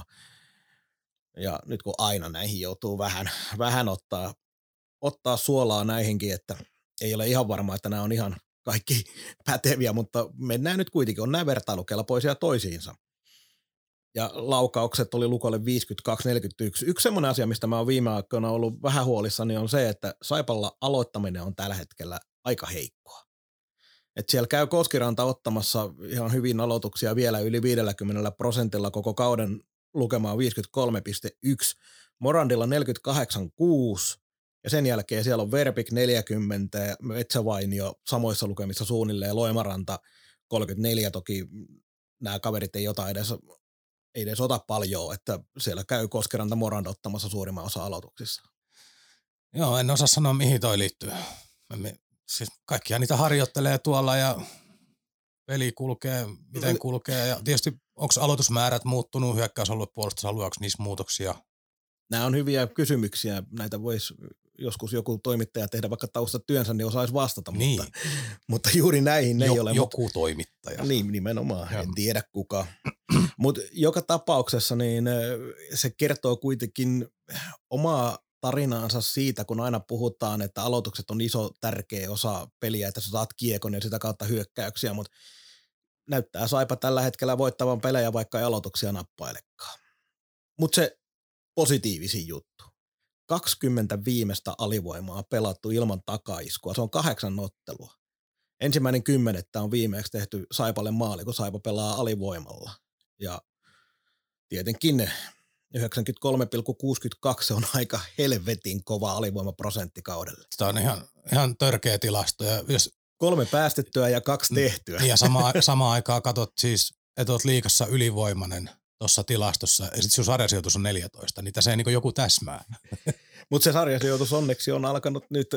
Ja nyt kun aina näihin joutuu vähän, vähän ottaa, ottaa suolaa näihinkin, että ei ole ihan varma, että nämä on ihan kaikki päteviä, mutta mennään nyt kuitenkin, on nämä vertailukelpoisia toisiinsa. Ja laukaukset oli Lukolle viisikymmentäkaksi neljäkymmentäyksi. Yksi semmoinen asia, mistä mä oon viime aikoina ollut vähän huolissani, on se, että Saipalla aloittaminen on tällä hetkellä aika heikkoa. Et siellä käy Koskiranta ottamassa ihan hyvin aloituksia vielä yli viidelläkymmenellä prosentilla koko kauden lukemaan viisikymmentäkolme pilkku yksi. Morandilla neljäkymmentäkahdeksan pilkku kuusi. Ja sen jälkeen siellä on Verpik neljäkymmentä, Metsävainio samoissa lukemissa suunnilleen, Loimaranta kolmekymmentäneljä toki nämä kaverit ei ota edes, ei edes ota paljon, että siellä käy Koskeranta Moranda ottamassa suurimman osa aloituksissa.
Joo, en osaa sanoa mihin toi liittyy. Me, siis kaikkia niitä harjoittelee tuolla ja peli kulkee, miten kulkee ja tietysti onko aloitusmäärät muuttunut hyökkäysalue, puolustusalue, onko niissä muutoksia?
Nämä on hyviä kysymyksiä. Näitä voisi joskus joku toimittaja tehdä vaikka taustatyönsä, niin osaisi vastata,
niin.
mutta, mutta juuri näihin ne
jo,
ei ole.
Joku
mutta,
toimittaja.
Niin, nimenomaan. Ja. En tiedä kuka. Mutta joka tapauksessa niin se kertoo kuitenkin omaa tarinaansa siitä, kun aina puhutaan, että aloitukset on iso tärkeä osa peliä, että sä saat kiekon ja sitä kautta hyökkäyksiä, mutta näyttää Saipa tällä hetkellä voittavan pelejä, vaikka ei aloituksia nappailekaan. Mutta se positiivisin juttu. kaksikymmentä viimeistä alivoimaa pelattu ilman takaiskua. Se on kahdeksan ottelua. Ensimmäinen kymmenettä on viimeksi tehty Saipalle maali, kun Saipa pelaa alivoimalla. Ja tietenkin yhdeksänkymmentäkolme pilkku kuusikymmentäkaksi on aika helvetin kova alivoimaprosentti kaudelle.
Tämä on ihan, ihan törkeä tilasto. Ja jos
Kolme päästettyä ja kaksi tehtyä.
Ja sama, samaan aikaan katsot siis, että olet liigassa ylivoimainen tuossa tilastossa, ja sitten sun sarjasijoitus on neljätoista, niin tässä ei niin joku täsmää.
Mutta se sarjasijoitus onneksi on alkanut nyt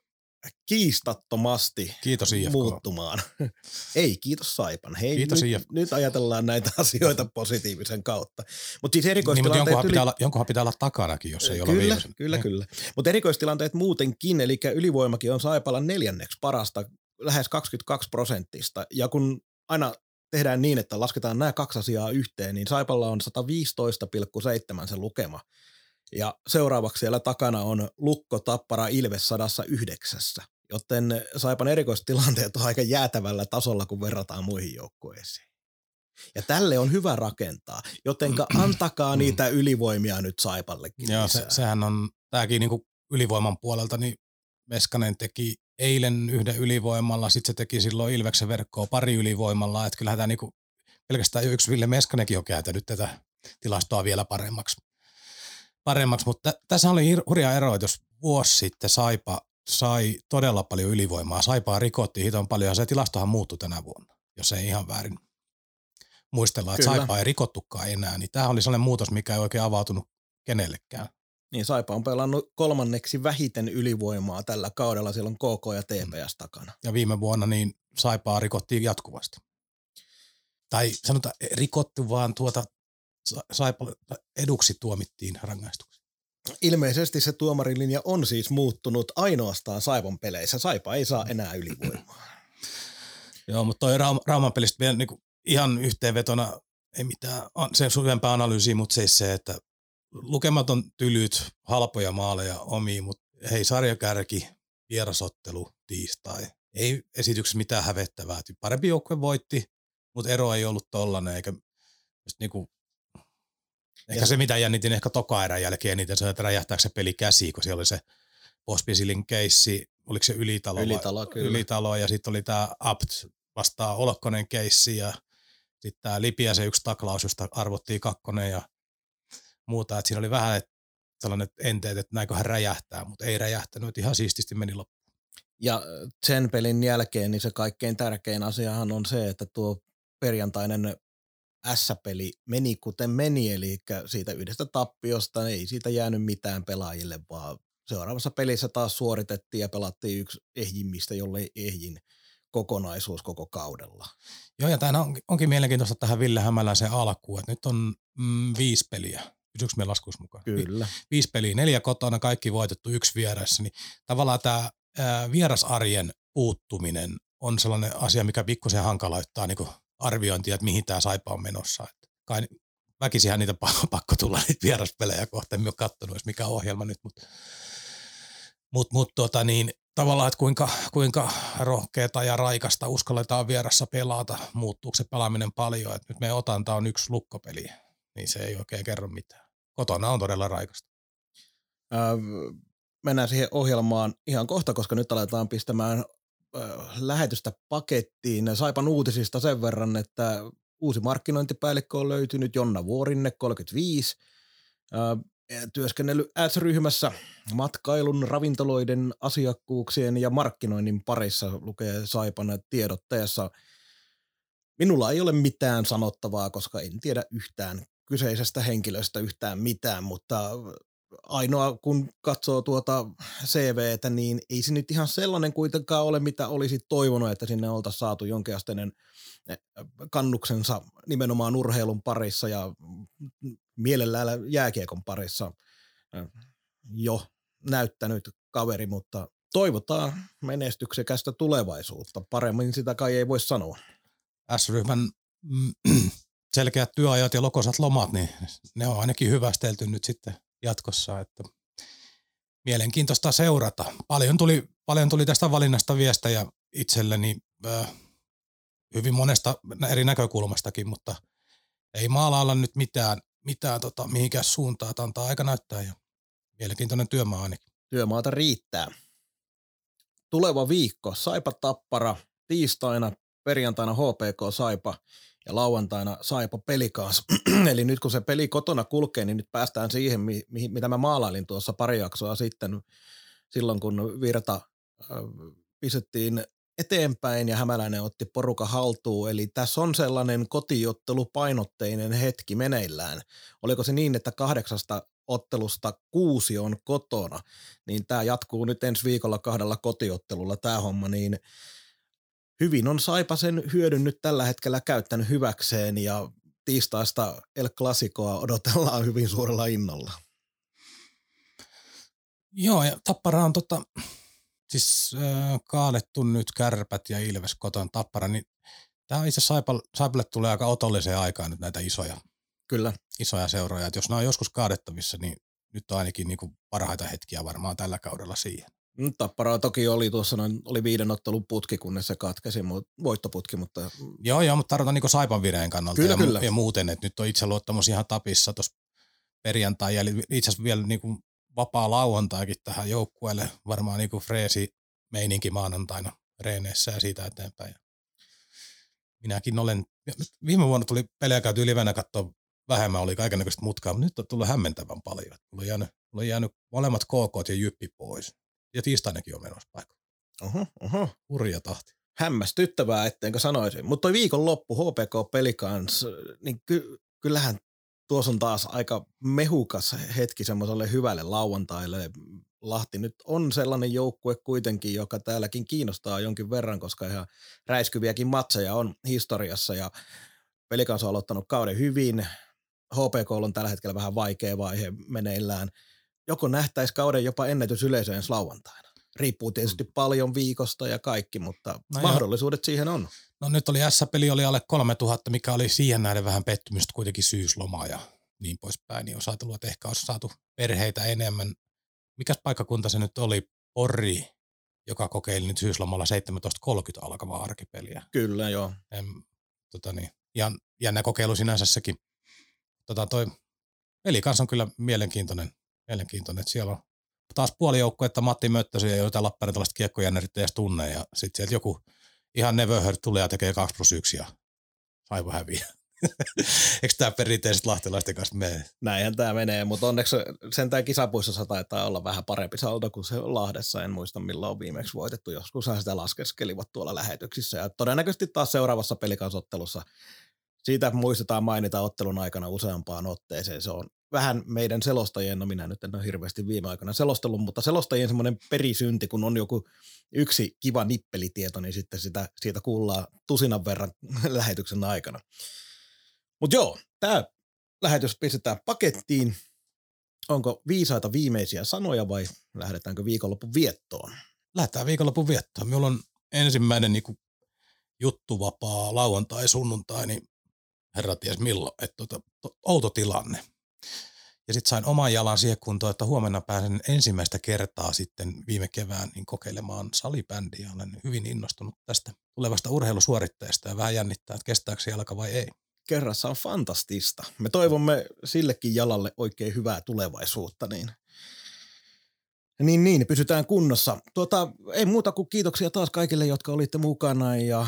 kiistattomasti
kiitos I F K.
Muuttumaan. Ei, kiitos Saipan. Hei,
kiitos
nyt, nyt ajatellaan näitä asioita positiivisen kautta. Mut siis erikoistilanteet...
Niin, mutta jonkunhan, yli... pitää olla, jonkunhan pitää olla takanakin, jos ei
kyllä,
ole viimeisen.
Kyllä, kyllä, kyllä. Mutta erikoistilanteet muutenkin, eli ylivoimakin on Saipalla neljänneksi parasta, lähes kaksikymmentäkaksi prosenttista. Ja kun aina tehdään niin, että lasketaan nämä kaksi asiaa yhteen, niin Saipalla on sata viisitoista pilkku seitsemän se lukema. Ja seuraavaksi siellä takana on Lukko, Tappara, Ilves sadassa yhdeksässä. Joten Saipan erikoistilanteet on aika jäätävällä tasolla, kun verrataan muihin joukkueisiin. Ja tälle on hyvä rakentaa, jotenka antakaa niitä ylivoimia nyt Saipallekin.
Joo, se, sehän on, tämäkin niinku ylivoiman puolelta, niin Meskanen teki eilen yhden ylivoimalla, sitten se teki silloin Ilveksen verkkoa pari ylivoimalla, että kyllähän tämä niinku, pelkästään yksi Ville Meskanenkin on kääntänyt tätä tilastoa vielä paremmaksi. paremmaksi, mutta t- tässä oli hir- hurja ero, että jos vuosi sitten Saipa sai todella paljon ylivoimaa, Saipaa rikottiin hiton paljon ja se tilastohan muuttui tänä vuonna, jos ei ihan väärin muistella, että Saipaa ei rikottukaan enää, niin tämä oli sellainen muutos, mikä ei oikein avautunut kenellekään.
Niin Saipa on pelannut kolmanneksi vähiten ylivoimaa tällä kaudella, siellä on K K ja T P S takana.
Ja viime vuonna niin Saipaa rikottiin jatkuvasti. Tai sanotaan rikottu vaan tuota Saipa eduksi tuomittiin rangaistuksia.
Ilmeisesti se tuomarilinja on siis muuttunut ainoastaan Saipan peleissä. Saipa ei saa enää ylivoimaa.
Joo, mutta toi Rauman pelistä vielä niin kuin ihan yhteenvetona ei mitään sen syvempää analyysiä, mutta se, se että lukematon tylyt, halpoja maaleja omiin, mutta hei sarjakärki, vierasottelu, tiistai. Ei esityksessä mitään hävettävää. Parempi joukkue voitti, mutta ero ei ollut tollainen, eikä just niinku ehkä se, mitä jännitin ehkä toka erän jälkeen, niin se, että räjähtääkö se peli käsiin, kun siellä oli se Pospisilin keissi, oliko se Ylitalo?
Ylitalo, kyllä.
Ylitalo, ja sitten oli tämä Apt vastaa Olkkonen keissi, ja sitten tämä Lipiä se yksi taklaus, josta arvottiin kakkonen ja muuta. Että siinä oli vähän et, sellainen enteet, että näinköhän räjähtää, mutta ei räjähtänyt, ihan siististi meni loppuun.
Ja sen pelin jälkeen niin se kaikkein tärkein asiahan on se, että tuo perjantainen S-peli meni kuten meni, eli siitä yhdestä tappiosta ei siitä jäänyt mitään pelaajille, vaan seuraavassa pelissä taas suoritettiin ja pelattiin yksi ehjimmistä, jollei ehjin kokonaisuus koko kaudella.
Joo, ja tämä on, onkin mielenkiintoista tähän Ville Hämäläisen alkuun, että nyt on mm, viisi peliä. Pysyykö meidän laskuissa mukaan?
Kyllä.
Vi, viisi peliä, neljä kotona, kaikki voitettu, yksi vieressä, niin tavallaan tämä ää, vierasarjen puuttuminen on sellainen asia, mikä pikkusen hankaloittaa niin kuin arviointia, että mihin tämä Saipa on menossa. Että kai väkisihän niitä pakko tulla niitä vieraspelejä kohta, en ole katsonut edes mikä ohjelma nyt, mutta mut, mut, tota niin, tavallaan, että kuinka, kuinka rohkeata ja raikasta uskalletaan vierassa pelata, muuttuuko se pelaaminen paljon, että nyt meidän otanta on yksi lukkopeli, niin se ei oikein kerro mitään. Kotona on todella raikasta.
Öö, mennään siihen ohjelmaan ihan kohta, koska nyt aletaan pistämään lähetystä pakettiin. Saipan uutisista sen verran, että uusi markkinointipäällikkö on löytynyt, Jonna Vuorinne, kolmekymmentäviisi, työskennellyt S-ryhmässä matkailun, ravintoloiden, asiakkuuksien ja markkinoinnin parissa, lukee Saipan tiedotteessa. Minulla ei ole mitään sanottavaa, koska en tiedä yhtään kyseisestä henkilöstä yhtään mitään, mutta ainoa kun katsoo tuota C V:tä, niin ei se nyt ihan sellainen kuitenkaan ole, mitä olisi toivonut, että sinne oltaisiin saatu jonkinasteinen kannuksensa nimenomaan urheilun parissa ja mielellään jääkiekon parissa jo näyttänyt kaveri, mutta toivotaan menestyksekästä tulevaisuutta. Paremmin sitä kai ei voi sanoa.
S-ryhmän mm, selkeät työajat ja lokosat lomat, niin ne on ainakin hyvästelty nyt sitten jatkossa, että mielenkiintoista seurata. Paljon tuli, paljon tuli tästä valinnasta viestejä itselleni äh, hyvin monesta eri näkökulmastakin, mutta ei maalailla nyt mitään, mitään tota, mihinkään suuntaan, että antaa aika näyttää ja mielenkiintoinen työmaa ainakin.
Työmaata riittää. Tuleva viikko, Saipa Tappara, tiistaina, perjantaina H P K Saipa ja lauantaina Saipa Pelikans. Eli nyt kun se peli kotona kulkee, niin nyt päästään siihen, mi- mi- mitä mä maalailin tuossa pari jaksoa sitten, silloin kun Virta äh, pistettiin eteenpäin ja Hämäläinen otti porukan haltuun. Eli tässä on sellainen kotiottelupainotteinen hetki meneillään. Oliko se niin, että kahdeksasta ottelusta kuusi on kotona, niin tämä jatkuu nyt ensi viikolla kahdella kotiottelulla tämä homma, niin hyvin on Saipa sen hyödyn nyt tällä hetkellä käyttänyt hyväkseen ja tiistaista El Clasicoa odotellaan hyvin suurella innolla.
Joo, ja Tappara on tota, siis äh, kaadettu nyt Kärpät ja Ilves kotona Tappara, niin tämä itse Saipalle, Saipalle tulee aika otolliseen aikaan nyt näitä isoja,
Kyllä.
isoja seuroja. Et jos nämä on joskus kaadettavissa, niin nyt on ainakin niinku parhaita hetkiä varmaan tällä kaudella siihen.
Tappara toki oli tuossa noin, oli viiden ottelun putki, kunnes se katkesi, voittoputki, mutta...
Joo, joo, mutta tarvitaan niinku Saipan vireen kannalta
kyllä,
ja,
kyllä.
ja muuten, että nyt on itseluottamus ihan tapissa tuossa perjantai, eli itse asiassa vielä niinku vapaa lauantaikin tähän joukkueelle, varmaan niinku freesi meininki maanantaina reeneissä ja siitä eteenpäin. Minäkin olen, viime vuonna tuli pelejä käyty livenä katsoa vähemmän, oli kaikennäköistä mutkaa, mutta nyt on tullut hämmentävän paljon. Mulla on jäänyt, mulla on jäänyt molemmat K K ja Jyppi pois. Ja tiistainakin on menossa paikka.
Oho, oho.
Hurja tahti.
Hämmästyttävää, etteinkö sanoisin. Mutta toi viikonloppu H P K Pelikans, niin ky- kyllähän tuossa on taas aika mehukas hetki semmoiselle hyvälle lauantaille. Lahti nyt on sellainen joukkue kuitenkin, joka täälläkin kiinnostaa jonkin verran, koska ihan räiskyviäkin matseja on historiassa ja Pelikans on aloittanut kauden hyvin. H P K on tällä hetkellä vähän vaikea vaihe meneillään. Joko nähtäisi kauden jopa ennätysyleisö ensi lauantaina. Riippuu tietysti mm. paljon viikosta ja kaikki, mutta no mahdollisuudet joo. siihen on.
No nyt oli S-peli oli alle kolmetuhatta, mikä oli siihen nähden vähän pettymystä kuitenkin syyslomaa ja niin poispäin. Niin olisi ajatellut, että ehkä olisi saatu perheitä enemmän. Mikäs paikkakunta se nyt oli? Pori, joka kokeili nyt syyslomalla seitsemäntoista kolmekymmentä alkavaa arkipeliä.
Kyllä, joo.
En, tota niin, ja jännä kokeilu sinänsä sekin. Tota toi peli kanssa on kyllä mielenkiintoinen. Mielenkiintoinen, että siellä on taas puoli joukkuetta Matti Möttösiä, joita Lappeenrannan tällaista kiekkojännärit edes tunne, ja sitten sieltä joku ihan never heard tulee ja tekee kaksi plus yksi ja Saipa häviää. Eikö tämä perinteiset lahtelaisten kanssa mene?
Näinhän tämä menee, mutta onneksi sentään kisapuistossa taitaa olla vähän parempi saldo kuin se Lahdessa. En muista milloin on viimeksi voitettu, joskushan sitä laskeskelivat tuolla lähetyksissä. Ja todennäköisesti taas seuraavassa pelikansottelussa siitä muistetaan mainita ottelun aikana useampaan otteeseen. Se on vähän meidän selostajien, no minä nyt en ole hirveästi viime aikoina selostellut, mutta selostajien semmoinen perisynti, kun on joku yksi kiva nippelitieto, niin sitten sitä, siitä kuullaan tusinan verran lähetyksen aikana. Mutta joo, tämä lähetys pistetään pakettiin. Onko viisaita viimeisiä sanoja vai lähdetäänkö viikonlopun viettoon?
Lähdetään viikonlopun viettoon. Minulla on ensimmäinen niin juttuvapaa lauantai, sunnuntai, niin herra ties milloin, että tota, to, outo tilanne. Ja sitten sain oman jalan siihen kuntoon, että huomenna pääsen ensimmäistä kertaa sitten viime kevään niin kokeilemaan salibändiä. Olen hyvin innostunut tästä tulevasta urheilusuoritteesta ja vähän jännittää, että kestääkö se jalka vai ei.
Kerrassa on fantastista. Me toivomme sillekin jalalle oikein hyvää tulevaisuutta, niin niin, niin pysytään kunnossa. Tuota, ei muuta kuin kiitoksia taas kaikille, jotka olitte mukana ja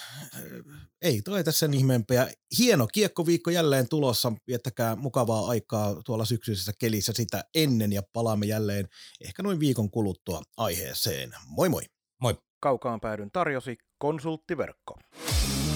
ei toi tässä sen ihmeempiä. Hieno kiekkoviikko jälleen tulossa. Viettäkää mukavaa aikaa tuolla syksyisessä kelissä sitä ennen ja palaamme jälleen ehkä noin viikon kuluttua aiheeseen. Moi moi!
Moi!
Kaukaan päädyn tarjosi Konsulttiverkko.